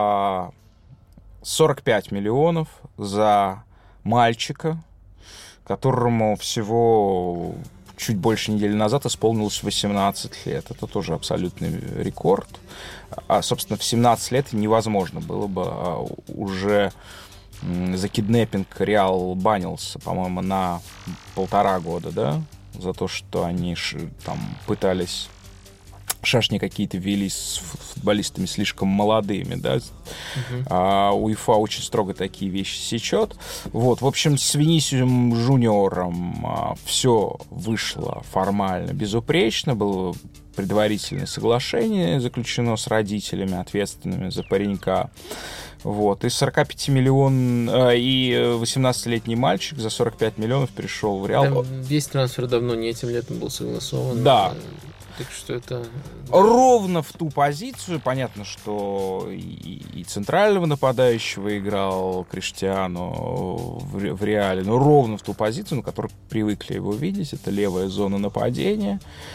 45 миллионов за мальчика, которому всего чуть больше недели назад исполнилось 18 лет. Это тоже абсолютный рекорд. Собственно, в 17 лет невозможно было бы уже за киднеппинг Реал банился, по-моему, на 1,5 года, да? За то, что они там пытались... Шашни какие-то вели с футболистами слишком молодыми, да. УЕФА очень строго такие вещи сечет. Вот, в общем, с Винисиусом Жуниором все вышло формально безупречно. Было предварительное соглашение заключено с родителями, ответственными за паренька. Вот. И 45 миллионов, и 18-летний мальчик за 45 миллионов перешел в Реал. Там весь трансфер давно не этим летом был согласован. Да. Так что это... Ровно в ту позицию. Понятно, что и центрального нападающего играл Криштиану в Реале, но ровно в ту позицию, на которой привыкли его видеть. Это левая зона нападения.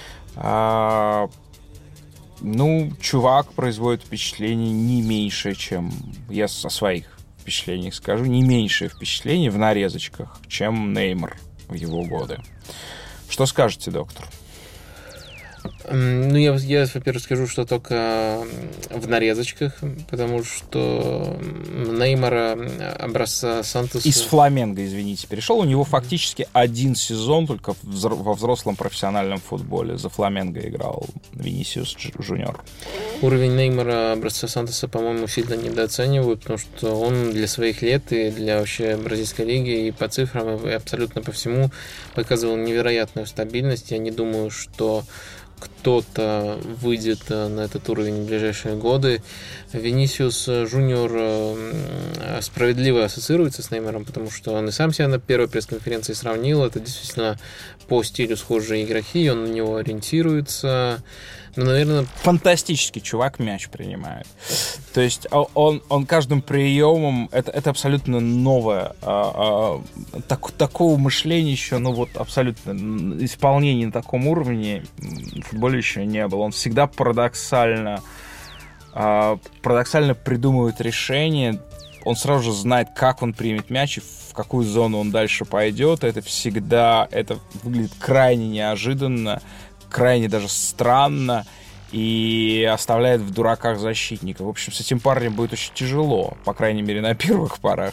Чувак производит впечатление не меньшее, чем... Я со своих впечатлений скажу. Не меньшее впечатление в нарезочках, чем Неймар в его годы. Что скажете, доктор? Ну, я, во-первых, скажу, что только в нарезочках, потому что Неймара образца Сантоса... Из Фламенго, извините, перешел. У него фактически один сезон только во взрослом профессиональном футболе. За Фламенго играл Винисиус Жуниор. Уровень Неймара образца Сантоса, по-моему, сильно недооценивают, потому что он для своих лет и для вообще бразильской лиги и по цифрам, и абсолютно по всему показывал невероятную стабильность. Я не думаю, что кто-то выйдет на этот уровень в ближайшие годы. Винисиус Жуниор справедливо ассоциируется с Неймаром, потому что он и сам себя на первой пресс-конференции сравнил. Это действительно по стилю схожие игроки, он на него ориентируется. Ну, наверное... Фантастический чувак мяч принимает. То есть он каждым приемом... Это абсолютно новое. Такого мышления еще, ну вот абсолютно исполнения на таком уровне в футболе еще не было. Он всегда парадоксально придумывает решения. Он сразу же знает, как он примет мяч и в какую зону он дальше пойдет. Это выглядит крайне неожиданно, крайне даже странно и оставляет в дураках защитника. В общем, с этим парнем будет очень тяжело, по крайней мере, на первых порах.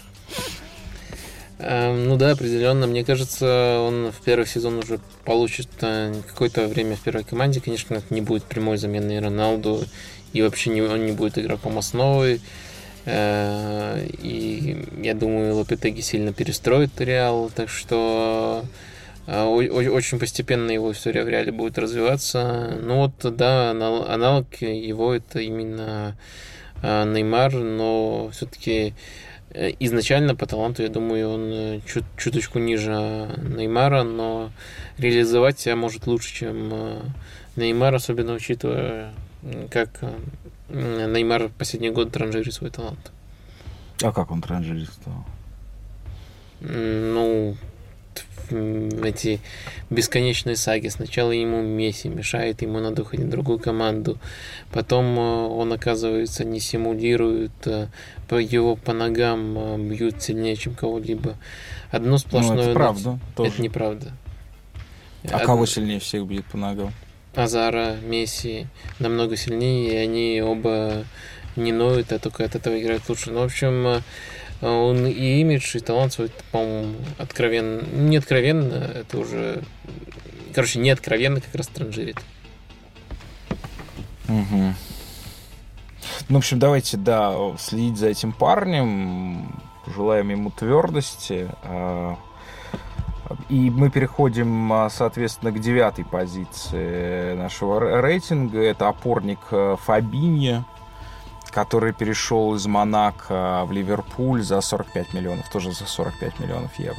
Ну да, определенно. Мне кажется, он в первый сезон уже получит какое-то время в первой команде. Конечно, это не будет прямой заменой Роналду, и вообще он не будет игроком основы. И я думаю, Лопетеги сильно перестроит Реал, так что очень постепенно его история в Реале будет развиваться. Ну вот, да, аналог его это именно Неймар, но все-таки изначально по таланту, я думаю, он чуточку ниже Неймара, но реализовать себя может лучше, чем Неймар, особенно учитывая, как Неймар в последние годы транжирит свой талант. А как он транжирит стал? Ну, эти бесконечные саги. Сначала ему Месси мешает, ему надо уходить в другую команду. Потом он, оказывается, не симулирует, его по ногам бьют сильнее, чем кого-либо. Одно сплошное... Ну, это правда. Это неправда. Кого сильнее всех бьет по ногам? Азара, Месси намного сильнее, и они оба не ноют, а только от этого играют лучше. Ну, в общем, он и имидж, и талант свой, по-моему, не откровенно, это уже... Короче, не откровенно как раз транжирит. Угу. Ну, в общем, давайте, следить за этим парнем, желаем ему твердости. И мы переходим, соответственно, к 9-й позиции нашего рейтинга. Это опорник Фабиньо, который перешел из Монако в Ливерпуль за 45 миллионов, тоже за 45 миллионов евро.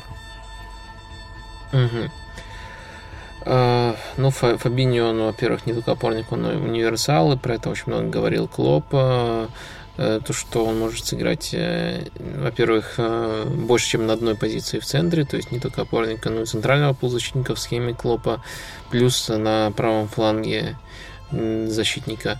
Угу. Ну, Фабиньо, он, во-первых, не только опорник, он и универсал, и про это очень много говорил Клопп. То, что он может сыграть, во-первых, больше, чем на одной позиции в центре, то есть не только опорника, но и центрального полузащитника в схеме Клоппа, плюс на правом фланге защитника.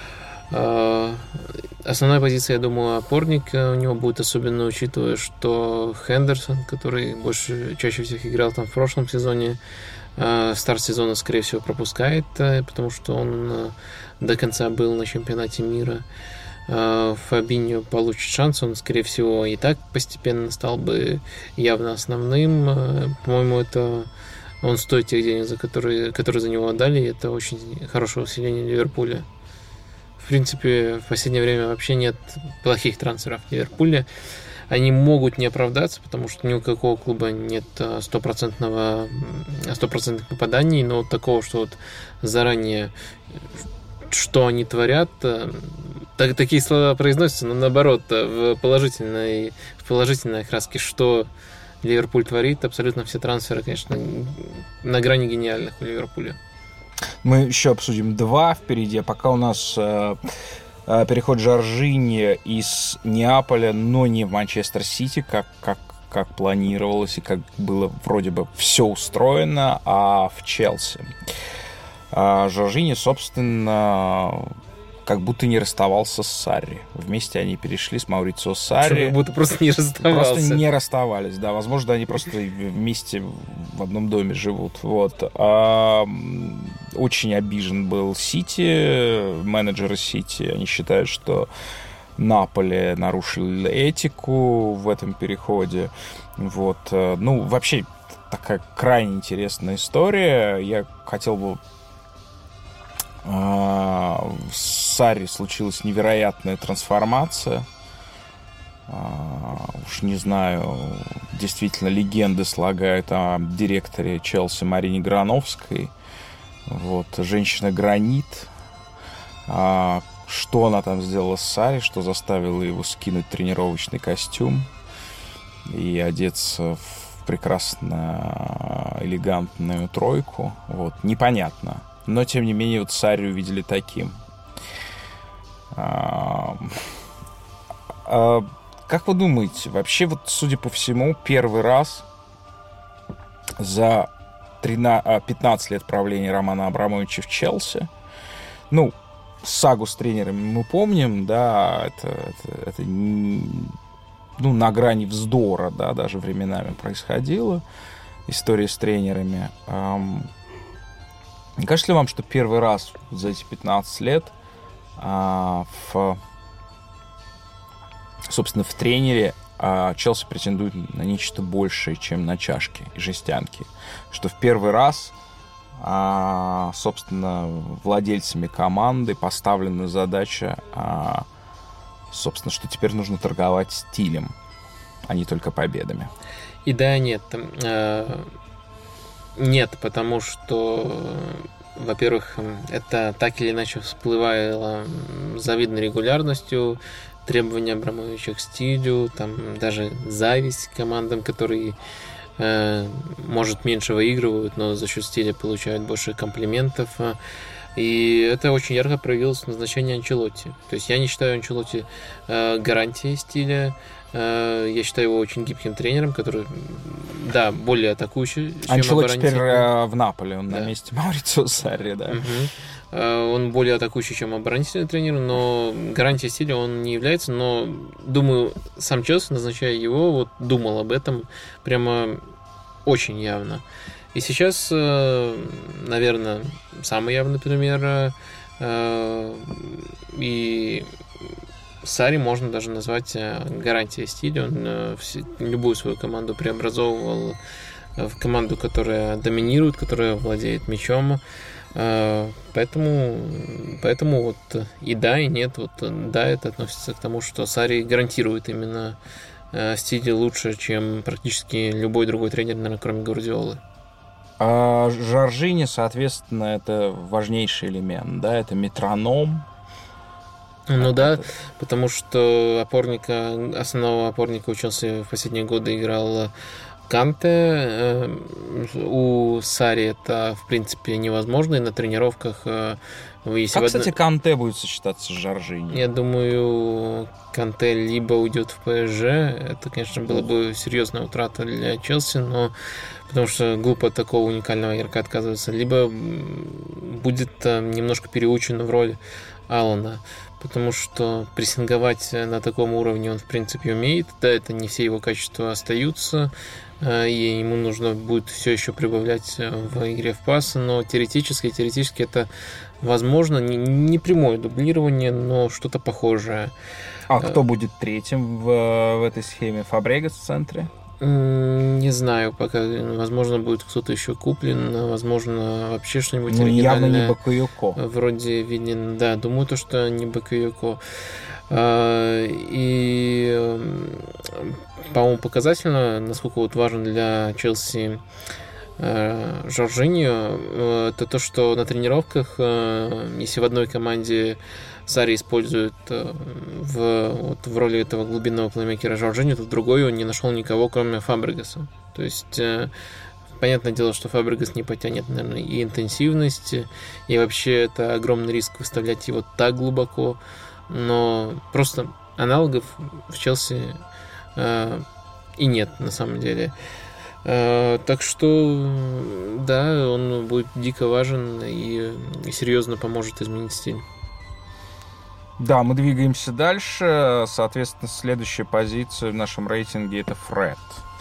Основная позиция, я думаю, опорник у него будет, особенно учитывая, что Хендерсон, который чаще всех играл там в прошлом сезоне, старт сезона, скорее всего, пропускает, потому что он до конца был на чемпионате мира. Фабиньо получит шанс, он, скорее всего, и так постепенно стал бы явно основным. По-моему, это он стоит тех денег, которые за него отдали, это очень хорошее усиление Ливерпуля. В принципе, в последнее время вообще нет плохих трансферов в Ливерпуле. Они могут не оправдаться, потому что ни у какого клуба нет стопроцентных попаданий, но вот такого, что вот заранее, что они творят, такие слова произносятся, но наоборот, в положительной окраске, что Ливерпуль творит, абсолютно все трансферы, конечно, на грани гениальных у Ливерпуля. Мы еще обсудим 2 впереди, а пока у нас переход Жоржиньо из Неаполя, но не в Манчестер Сити, как планировалось и как было вроде бы все устроено, а в Челси. Жоржиньо, собственно, как будто не расставался с Сарри. Вместе они перешли с Маурицио Сарри. Как будто просто не расставался. Просто не расставались, да. Возможно, они просто вместе в одном доме живут. Вот. Очень обижен был Сити, менеджеры Сити. Они считают, что Наполи нарушил этику в этом переходе. Вот. Ну, вообще, такая крайне интересная история. Я хотел бы... В Сарри случилась невероятная трансформация. Уж не знаю, действительно легенды слагают о директоре Челси Марине Грановской. Вот, женщина-гранит. Что она там сделала с Сарри, что заставило его скинуть тренировочный костюм и одеться в прекрасно элегантную тройку. Вот, непонятно. Но, тем не менее, вот Сарри увидели таким. Как вы думаете, вообще, вот, судя по всему, первый раз за 15 лет правления Романа Абрамовича в Челси, ну, сагу с тренерами мы помним, да, это ну, на грани вздора, да, даже временами происходило, история с тренерами. Не кажется ли вам, что первый раз за эти 15 лет собственно, в тренере Челси претендует на нечто большее, чем на чашки и жестянки? Что в первый раз, собственно, владельцами команды поставлена задача, собственно, что теперь нужно торговать стилем, а не только победами? И да, нет. Нет, потому что, во-первых, это так или иначе всплывало с завидной регулярностью, требования Абрамовича к стилю, там даже зависть к командам, которые, может, меньше выигрывают, но за счет стиля получают больше комплиментов. И это очень ярко проявилось в назначении Анчелотти. То есть я не считаю Анчелотти гарантией стиля. Я считаю его очень гибким тренером, который, да, более атакующий, чем Анчелотти теперь в Наполе, он на месте Маурицио Сарри, да. Он более атакующий, чем оборонительный тренер, но гарантией стиля он не является. Но, думаю, сам Челси, назначая его, вот думал об этом прямо очень явно. И сейчас, наверное, самый явный пример, и Сарри можно даже назвать гарантией стиля. Он любую свою команду преобразовывал в команду, которая доминирует, которая владеет мячом. Поэтому вот и да, и нет. Вот да, это относится к тому, что Сарри гарантирует именно стиль лучше, чем практически любой другой тренер, наверное, кроме Гвардиолы. А Жоржини, соответственно, это важнейший элемент, да, это метроном. Ну да, потому что основного опорника у Челси в последние годы играл Канте. У Сарри это, в принципе, невозможно, и на тренировках... Кстати, Канте будет сочетаться с Жоржини? Я думаю, Канте либо уйдет в ПСЖ, это, конечно, была бы серьезная утрата для Челси, но потому что глупо от такого уникального игрока отказываться, либо будет немножко переучен в роль Алана, потому что прессинговать на таком уровне он, в принципе, умеет. Да, это не все его качества остаются, и ему нужно будет все еще прибавлять в игре в пасы, но теоретически это возможно, не прямое дублирование, но что-то похожее. А кто будет третьим в этой схеме? Фабрегас в центре? Не знаю, пока. Возможно, будет кто-то еще куплен, возможно, вообще что-нибудь оригинальное. Явно не Бакайоко. Вроде виден, да, думаю, то, что не Бакайоко. И, по-моему, показательно, насколько вот важен для Челси Жоржиньо, это то, что на тренировках, если в одной команде Сарри использует в роли этого глубинного плеймейкера Жоржиньо, то в другой он не нашел никого, кроме Фабрегаса. То есть, понятное дело, что Фабрегас не потянет, наверное, и интенсивность, и вообще это огромный риск выставлять его так глубоко, но просто аналогов в Челси и нет, на самом деле. Так что, да, он будет дико важен и серьезно поможет изменить стиль. Да, мы двигаемся дальше. Соответственно, следующая позиция в нашем рейтинге — это Фред.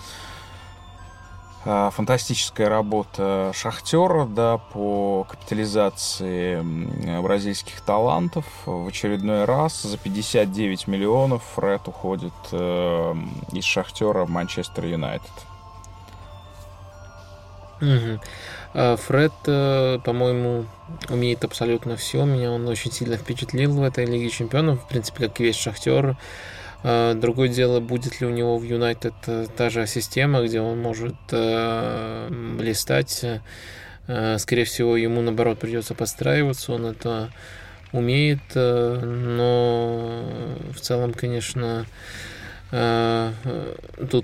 Фантастическая работа Шахтера, да, по капитализации бразильских талантов. В очередной раз за 59 миллионов Фред уходит из Шахтера в Манчестер Юнайтед. Фред, по-моему, умеет абсолютно все. Меня он очень сильно впечатлил в этой Лиге Чемпионов, в принципе, как и весь Шахтер. Другое дело, будет ли у него в Юнайтед та же система, где он может блистать. Скорее всего, ему, наоборот, придется подстраиваться. Он это умеет, но в целом, конечно, тут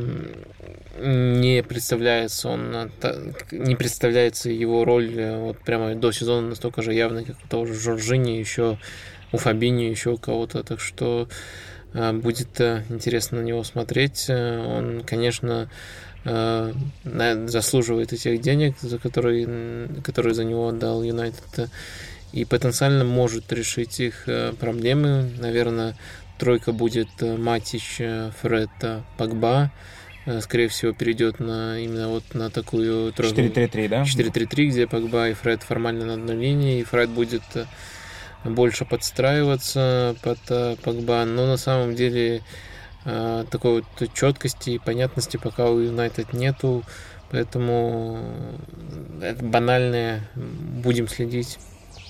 не представляется его роль вот прямо до сезона настолько же явной, как у того же Жоржини, еще у Фабини, еще у кого-то. Так что будет интересно на него смотреть. Он, конечно, заслуживает этих денег, которые за него отдал Юнайтед, и потенциально может решить их проблемы. Наверное, тройка будет Матич, Фред, Погба. Скорее всего, перейдет именно вот на такую тройку. 4-3-3, да? 4-3-3, где Погба и Фред формально на одной линии, и Фред будет больше подстраиваться под Погба, но на самом деле такой вот четкости и понятности пока у Юнайтед нету, поэтому это банальное, будем следить.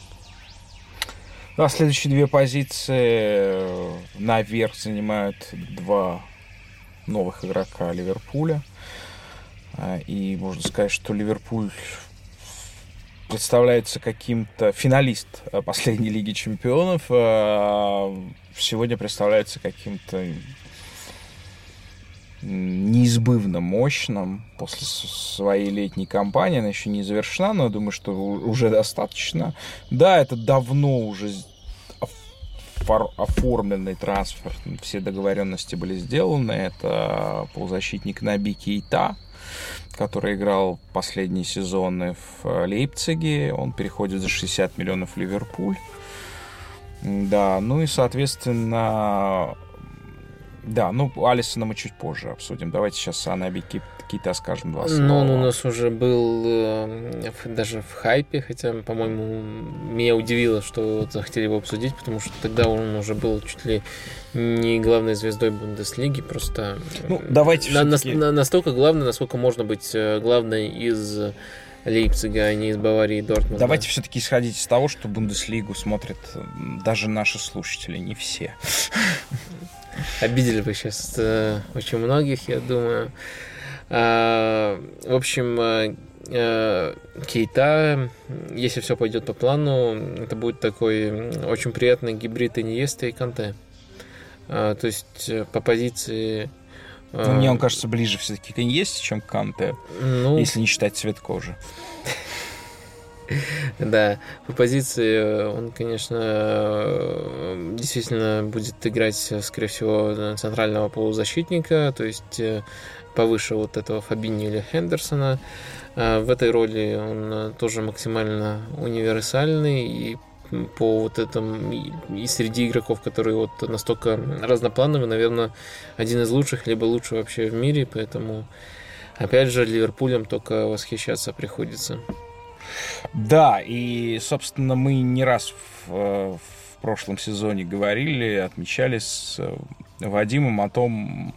Да, следующие две позиции наверх занимают два новых игрока Ливерпуля. И можно сказать, что Ливерпуль представляется каким-то финалист последней Лиги Чемпионов. Сегодня представляется каким-то неизбывно мощным после своей летней кампании. Она еще не завершена, но я думаю, что уже достаточно. Да, это давно уже оформленный трансфер. Все договоренности были сделаны. Это полузащитник Наби Кейта, который играл последние сезоны в Лейпциге. Он переходит за 60 миллионов в Ливерпуль. Да, ну и, соответственно... Да, ну, Алисона мы чуть позже обсудим. Давайте сейчас о Наби Кейта скажем два слова. Ну, он у нас уже был даже в хайпе, хотя, по-моему, меня удивило, что вот захотели его обсудить, потому что тогда он уже был чуть ли не главной звездой Бундеслиги, просто давайте настолько главной, насколько можно быть главной из Лейпцига, а не из Баварии и Дортмунда. Давайте все-таки исходить из того, что Бундеслигу смотрят даже наши слушатели, не все. Обидели бы сейчас очень многих, я думаю. В общем, Кейта, если все пойдет по плану, это будет такой очень приятный гибрид Иньеста и Канте. То есть по позиции... Мне он кажется ближе все-таки к Иньесте, чем к Канте, если не считать цвет кожи. Да, по позиции он, конечно, действительно будет играть, скорее всего, центрального полузащитника, то есть повыше вот этого Фабини или Хендерсона. В этой роли он тоже максимально универсальный, и по вот этому, и среди игроков, которые вот настолько разноплановые, наверное, один из лучших, либо лучший вообще в мире, поэтому, опять же, Ливерпулем только восхищаться приходится. Да, и, собственно, мы не раз в прошлом сезоне говорили, отмечали с Вадимом о том,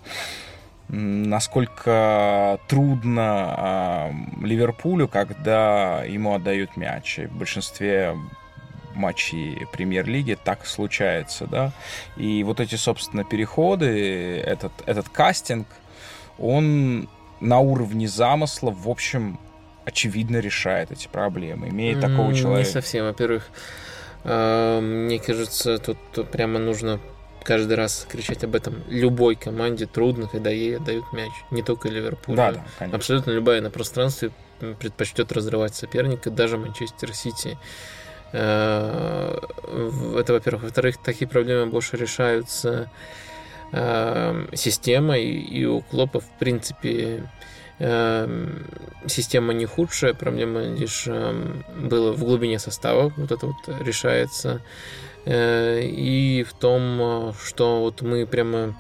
насколько трудно Ливерпулю, когда ему отдают мяч. И в большинстве матчей Премьер-лиги так случается, да. И вот эти, собственно, переходы, этот кастинг, он на уровне замысла, в общем, очевидно решает эти проблемы. Имеет такого человека... Не совсем. Во-первых, мне кажется, тут прямо нужно каждый раз кричать об этом. Любой команде трудно, когда ей отдают мяч. Не только Ливерпуль. Да, конечно. Абсолютно любая на пространстве предпочтет разрывать соперника, даже Манчестер Сити. Это, во-первых. Во-вторых, такие проблемы больше решаются система, и у Клопа, в принципе, система не худшая, проблема лишь была в глубине состава, вот это вот решается, и в том, что вот мы прямо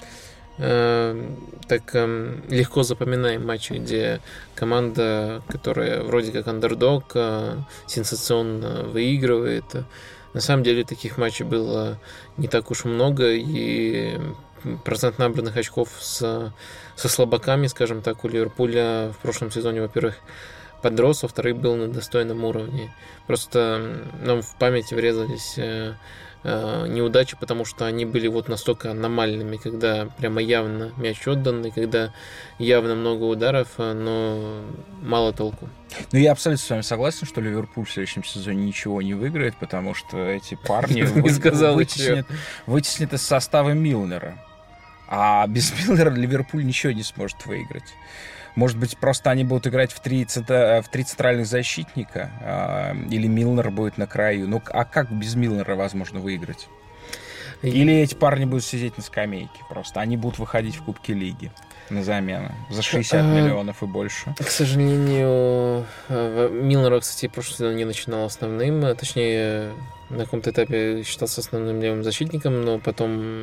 так легко запоминаем матчи, где команда, которая вроде как андердог, сенсационно выигрывает. На самом деле таких матчей было не так уж много, и процент набранных очков со слабаками, скажем так, у Ливерпуля в прошлом сезоне, во-первых, подрос, во-вторых, был на достойном уровне. Просто нам в память врезались неудачи, потому что они были вот настолько аномальными, когда прямо явно мяч отданный, когда явно много ударов, но мало толку. Ну, я абсолютно с вами согласен, что Ливерпуль в следующем сезоне ничего не выиграет, потому что эти парни вытеснят из состава Милнера. А без Милнера Ливерпуль ничего не сможет выиграть. Может быть, просто они будут играть в три центральных защитника, или Милнер будет на краю. Ну, а как без Милнера возможно выиграть? Или эти парни будут сидеть на скамейке просто. Они будут выходить в Кубке Лиги на замену за 60 миллионов и больше. К сожалению, Милнер, кстати, в прошлом сезоне не начинал основным. Точнее, на каком-то этапе считался основным левым защитником, но потом,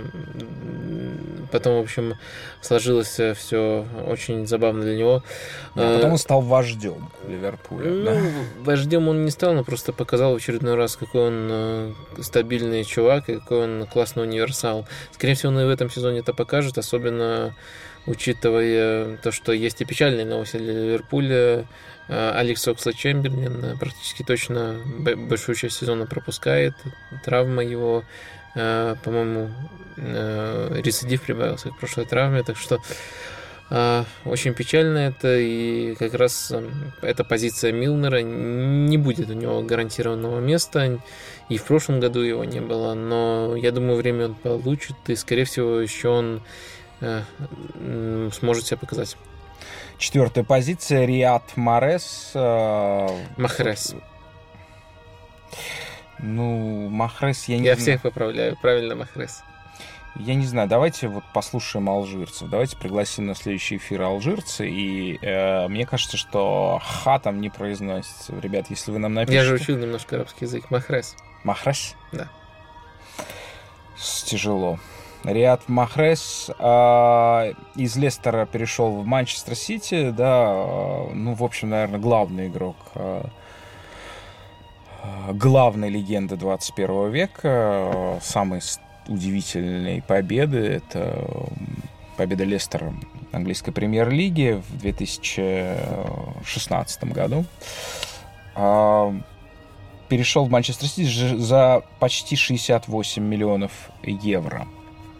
в общем, сложилось все очень забавно для него. А потом он стал вождем Ливерпуля. Ну, да? Вождем он не стал, но просто показал в очередной раз, какой он стабильный чувак и какой он классный универсал. Скорее всего, он и в этом сезоне это покажет, особенно учитывая то, что есть и печальные новости для Ливерпуля. Алекс Окслейд-Чемберлен практически точно большую часть сезона пропускает. Травма его, по-моему, рецидив прибавился к прошлой травме. Так что очень печально это. И как раз эта позиция Милнера, не будет у него гарантированного места. И в прошлом году его не было. Но я думаю, время он получит. И, скорее всего, еще он сможет себя показать. 4-я позиция Риад Махрес. Махрес. Ну, Махрес, я не знаю. Я всех поправляю. Правильно, Махрес. Я не знаю, давайте вот послушаем алжирцев. Давайте пригласим на следующий эфир алжирцы. И мне кажется, что ха там не произносится. Ребят, если вы нам напишите... Я же учил немножко арабский язык. Махрес. Махрес? Да. Тяжело. Риад Махрес из Лестера перешел в Манчестер Сити, да, ну, в общем, наверное, главный игрок, главная легенда 21 века, самые удивительные победы, это победа Лестера в английской премьер-лиге в 2016 году. Перешел в Манчестер Сити за почти 68 миллионов евро.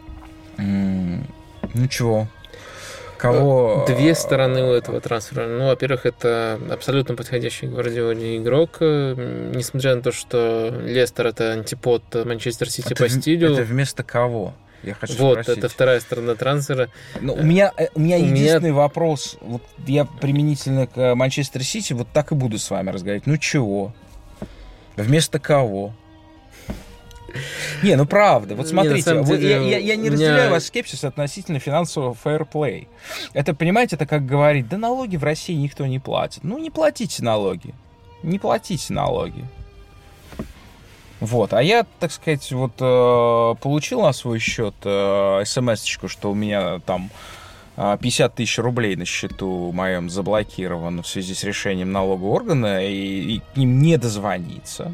Ну чего? Кого? Две стороны у этого трансфера. Ну, во-первых, это абсолютно подходящий Гвардиоле игрок. Несмотря на то, что Лестер — это антипод Манчестер Сити по стилю. Это вместо кого? Я хочу вот, спросить. Это вторая сторона трансфера. Ну, у меня единственный вопрос. Вот я применительно к Манчестер Сити вот так и буду с вами разговаривать. Ну чего? Вместо кого? Не, ну правда. Вот смотрите, я не разделяю ваш скепсис относительно финансового фэрплей. Это, понимаете, это как говорить, да налоги в России никто не платит. Ну, не платите налоги. Не платите налоги. Вот, а я, так сказать, вот получил на свой счет смс-очку, что у меня там 50 тысяч рублей на счету моем заблокировано в связи с решением налогового органа, и к ним не дозвониться.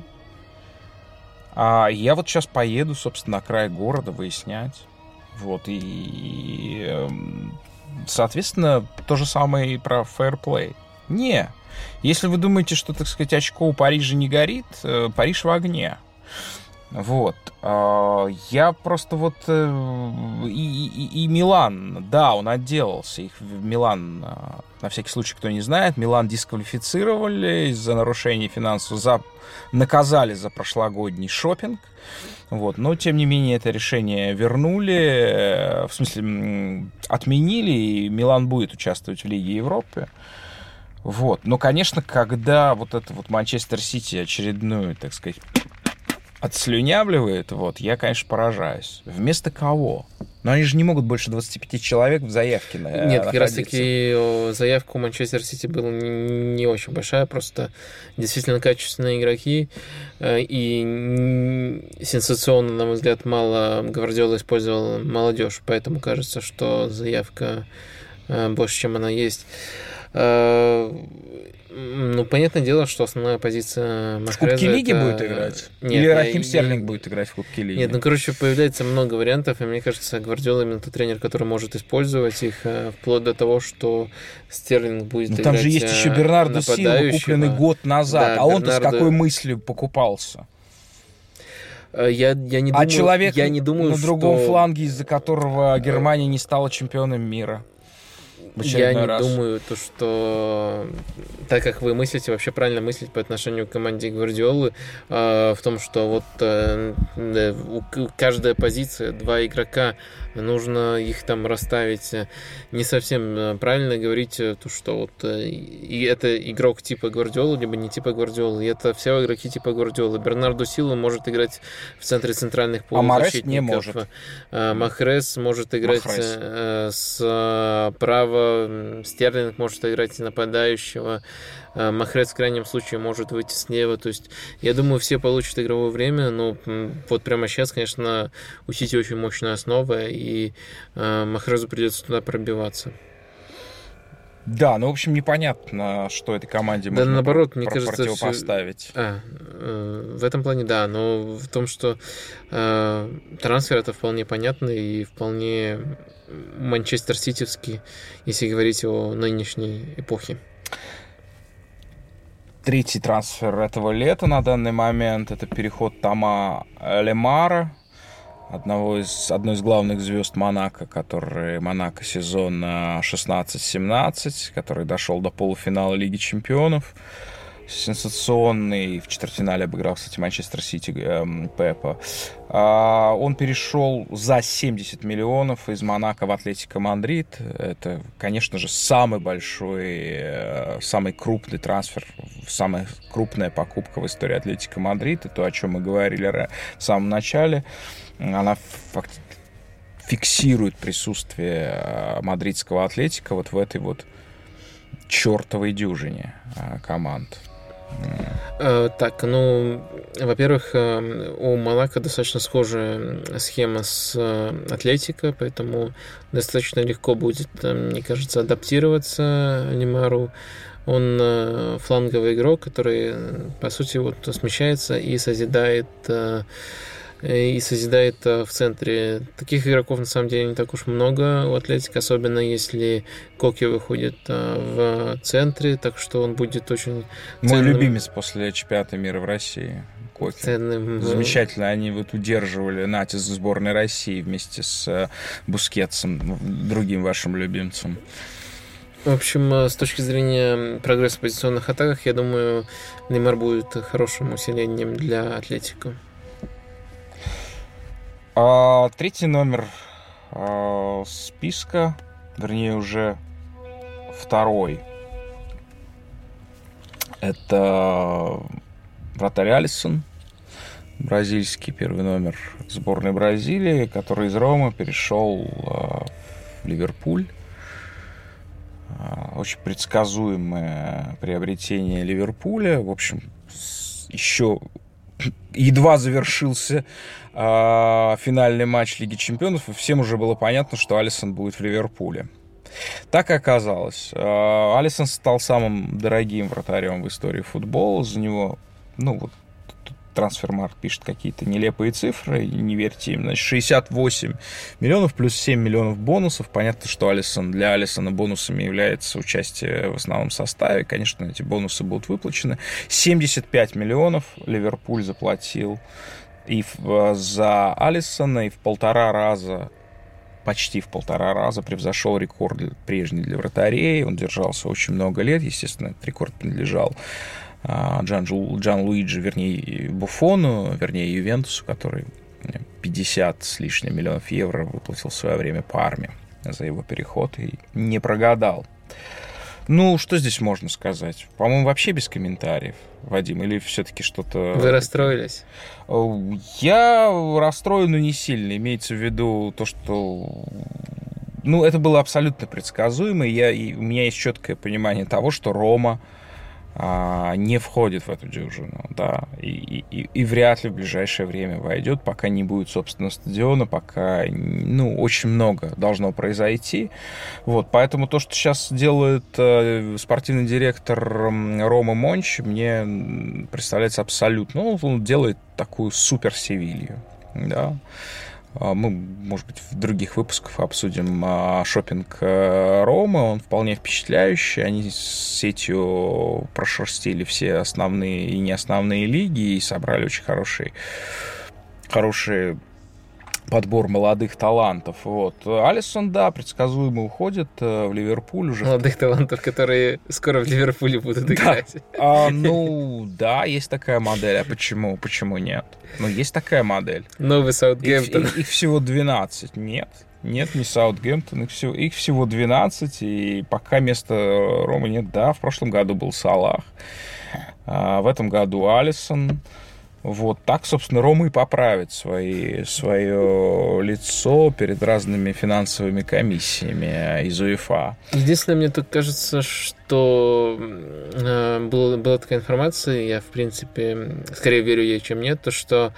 А я вот сейчас поеду, собственно, на край города выяснять. Вот, и соответственно, то же самое и про фэрплей. Не. Если вы думаете, что, так сказать, очко у Парижа не горит, Париж в огне. Вот. Я просто вот... И Милан, да, он отделался. Их Милан, на всякий случай, кто не знает, Милан дисквалифицировали из-за нарушения финансов, наказали за прошлогодний шопинг. Вот. Но, тем не менее, это решение вернули, в смысле, отменили, и Милан будет участвовать в Лиге Европы. Вот. Но, конечно, когда вот это вот Манчестер Сити очередную, так сказать, отслюнявливает, вот, я, конечно, поражаюсь. Вместо кого? Но они же не могут больше 25 человек в заявке Нет, как раз-таки заявка у Манчестер Сити была не очень большая, просто действительно качественные игроки, и сенсационно, на мой взгляд, мало Гвардиола использовал молодежь, поэтому кажется, что заявка больше, чем она есть. Ну, понятное дело, что основная позиция Махреза... В Кубке Лиги будет играть? Нет, или Рахим Стерлинг будет играть в Кубке Лиги? Нет, ну, короче, появляется много вариантов, и мне кажется, Гвардиола именно тот тренер, который может использовать их, вплоть до того, что Стерлинг будет играть там же есть еще Бернардо Силва, купленный год назад, да, а он-то с какой мыслью покупался? Я не думаю, человек я не думаю, на другом фланге, из-за которого Германия не стала чемпионом мира. Я не думаю, что так как вы мыслите, вообще правильно мыслить по отношению к команде Гвардиолы, в том, что вот каждая позиция, 2 игрока, нужно их там расставить. Не совсем правильно говорить, то, что вот и это игрок типа Гвардиолы, либо не типа Гвардиолы. И это все игроки типа Гвардиолы. Бернардо Силва может играть в центре центральных полузащитников. Не может. Махрез может играть справа. Стерлинг может играть нападающего. Махрез в крайнем случае может выйти слева. То есть, я думаю, все получат игровое время, но вот прямо сейчас, конечно, у Сити очень мощная основа, и Махрезу придется туда пробиваться. Да, ну, в общем, непонятно, что этой команде можно наоборот, мне кажется, противопоставить. В этом плане, да, но в том, что трансфер это вполне понятно и вполне манчестер-ситевский, если говорить о нынешней эпохе. Третий трансфер этого лета на данный момент — это переход Тома Лемара, одной из главных звезд Монако, который Монако сезон 16-17, который дошел до полуфинала Лиги Чемпионов. Сенсационный, в четвертьфинале обыграл, кстати, Манчестер Сити Пепа. Он перешел за 70 миллионов из Монако в Атлетико Мадрид. Это, конечно же, самый большой, самый крупный трансфер, самая крупная покупка в истории Атлетико Мадрид. И то, о чем мы говорили в самом начале, она фиксирует присутствие мадридского Атлетико вот в этой вот чертовой дюжине команд. Так, ну, во-первых, у Монако достаточно схожая схема с Атлетико, поэтому достаточно легко будет, мне кажется, адаптироваться Лемару. Он фланговый игрок, который, по сути, вот смещается и созидает в центре. Таких игроков на самом деле не так уж много у Атлетико, особенно если Коки выходит в центре, так что он будет очень мой любимец после чемпионата мира в России. Коки. Ценным. Замечательно. Они вот удерживали натиск сборной России вместе с Бускетсом, другим вашим любимцем. В общем, с точки зрения прогресса в позиционных атаках, я думаю, Неймар будет хорошим усилением для Атлетико. Третий номер списка, вернее, уже второй. Это вратарь Алисон, бразильский первый номер сборной Бразилии, который из Ромы перешел в Ливерпуль. Очень предсказуемое приобретение Ливерпуля. В общем, еще едва завершился финальный матч Лиги Чемпионов, и всем уже было понятно, что Алисон будет в Ливерпуле. Так и оказалось. Алисон стал самым дорогим вратарем в истории футбола. За него, ну вот, Трансфермаркт пишет какие-то нелепые цифры, не верьте им. Значит, 68 миллионов плюс 7 миллионов бонусов. Понятно, что для Алисона бонусами является участие в основном составе. Конечно, эти бонусы будут выплачены. 75 миллионов Ливерпуль заплатил и за Алисона, и почти в 1,5 раза превзошел рекорд прежний для вратарей. Он держался очень много лет. Естественно, этот рекорд принадлежал Джан-Луиджи, вернее, Буфону, вернее, Ювентусу, который 50 с лишним миллионов евро выплатил в свое время Парме за его переход и не прогадал. Ну, что здесь можно сказать? По-моему, вообще без комментариев, Вадим, или все-таки что-то... Вы расстроились? Я расстроен, но не сильно. Имеется в виду то, что... Ну, это было абсолютно предсказуемо, и у меня есть четкое понимание того, что Рома не входит в эту дюжину, да, и вряд ли в ближайшее время войдет, пока не будет, собственно, стадиона, пока, ну, очень много должно произойти, вот, поэтому то, что сейчас делает спортивный директор Рома Монч, мне представляется абсолютно, ну, он делает такую супер Севилью, да. Мы, может быть, в других выпусках обсудим шопинг Ромы. Он вполне впечатляющий. Они с сетью прошерстили все основные и неосновные лиги и собрали очень хороший подбор молодых талантов. Вот. Алисон, да, предсказуемо уходит в Ливерпуль уже. Молодых талантов, которые скоро в Ливерпуле будут играть. Ну, да, есть такая модель. А почему? Почему нет? Ну, есть такая модель. Новый Саутгемптон. Их всего 12. Нет, не Саутгемптон. Их всего 12. И пока места Ромы нет. Да, в прошлом году был Салах. В этом году Алисон. Вот так, собственно, Рома и поправит свое лицо перед разными финансовыми комиссиями из УЕФА. Единственное, мне тут кажется, что была такая информация, я, в принципе, скорее верю ей, чем нет, то, что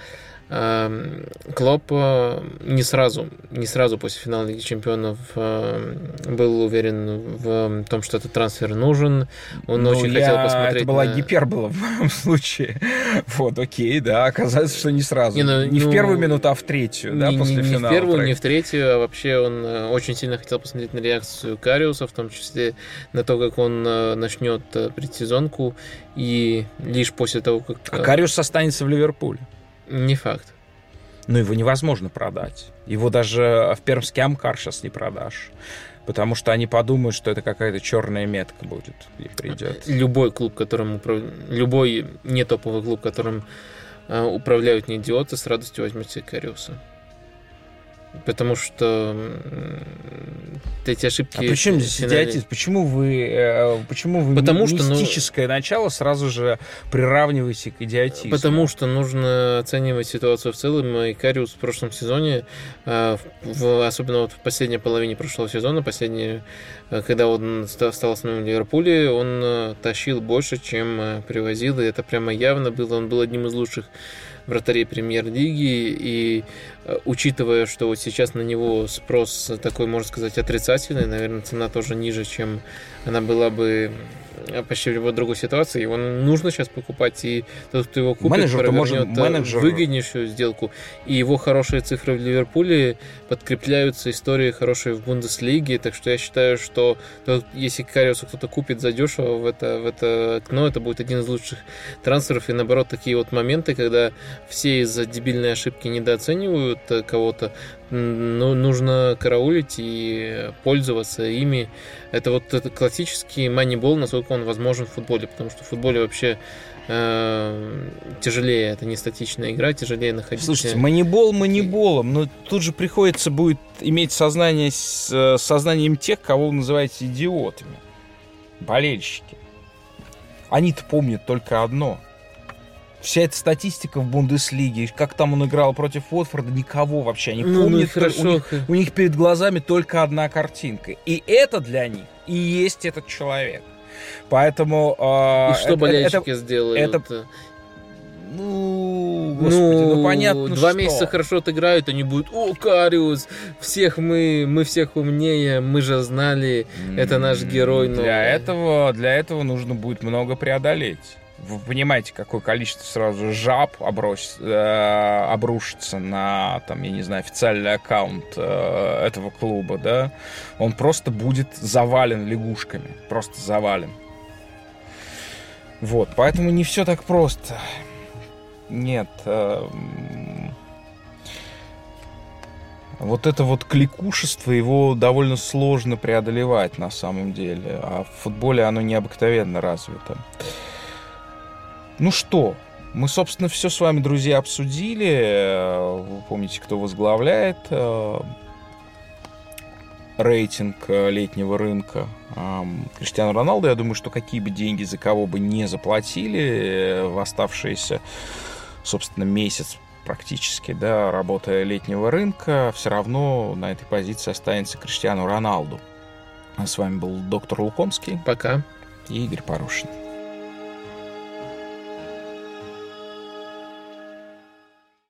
Клопп не сразу после финала Лиги Чемпионов был уверен в том, что этот трансфер нужен. Он очень хотел посмотреть. Это была гипербола в моем случае. Вот, окей, да. Оказалось, что не сразу. Не в первую минуту, а в третью, да, после финала. Не в первую, не в третью, а вообще он очень сильно хотел посмотреть на реакцию Кариуса, в том числе на то, как он начнет предсезонку. И лишь после того, как... А Кариус останется в Ливерпуле. Не факт. Ну, его невозможно продать. Его даже в пермский Амкар сейчас не продашь. Потому что они подумают, что это какая-то черная метка будет и придет. Любой клуб, любой не топовый клуб, которым управляют не идиоты, с радостью возьмут себе Кариуса. Потому что эти ошибки... А при чем здесь идиотизм? Почему вы мистическое начало сразу же приравниваете к идиотизму? Потому что нужно оценивать ситуацию в целом. И Кариус в прошлом сезоне, особенно вот в последней половине прошлого сезона, когда он стал основным в Ливерпуле, он тащил больше, чем привозил. И это прямо явно было. Он был одним из лучших вратарей премьер-лиги, и учитывая, что вот сейчас на него спрос такой, можно сказать, отрицательный, наверное, цена тоже ниже, чем она была бы почти в любой другой ситуации, его нужно сейчас покупать, и тот, кто его купит, провернет выгоднейшую сделку. И его хорошие цифры в Ливерпуле подкрепляются историей хорошей в Бундеслиге, так что я считаю, что если Кариуса кто-то купит задешево в это окно, это будет один из лучших трансферов, и наоборот, такие вот моменты, когда все из-за дебильной ошибки недооценивают кого-то, но нужно караулить и пользоваться ими. Это вот это классический манибол, насколько он возможен в футболе, потому что в футболе вообще тяжелее, это не статичная игра, тяжелее находить... Слушайте, манибол маниболом, но тут же приходится будет иметь сознание с сознанием тех, кого вы называете идиотами. Болельщики. Они-то помнят только одно. Вся эта статистика в Бундеслиге, как там он играл против Уотфорда, никого вообще не помнит. У них перед глазами только одна картинка. И это для них и есть этот человек. Поэтому... И что болельщики сделают? Господи, понятно, 2 месяца хорошо отыграют, они будут: о, Кариус, мы всех умнее, мы же знали, это наш герой. Но... Для этого нужно будет много преодолеть. Вы понимаете, какое количество сразу жаб обрушится на, там, я не знаю, официальный аккаунт этого клуба, да? Он просто будет завален лягушками. Просто завален. Вот, поэтому не все так просто. Нет. Вот это вот кликушество, его довольно сложно преодолевать на самом деле. А в футболе оно необыкновенно развито. Ну что, мы, собственно, все с вами, друзья, обсудили. Вы помните, кто возглавляет рейтинг летнего рынка Криштиану Роналду. Я думаю, что какие бы деньги за кого бы не заплатили в оставшиеся, собственно, месяц практически, да, работая летнего рынка, все равно на этой позиции останется Криштиану Роналду. А с вами был доктор Лукомский. Пока. И Игорь Порушин.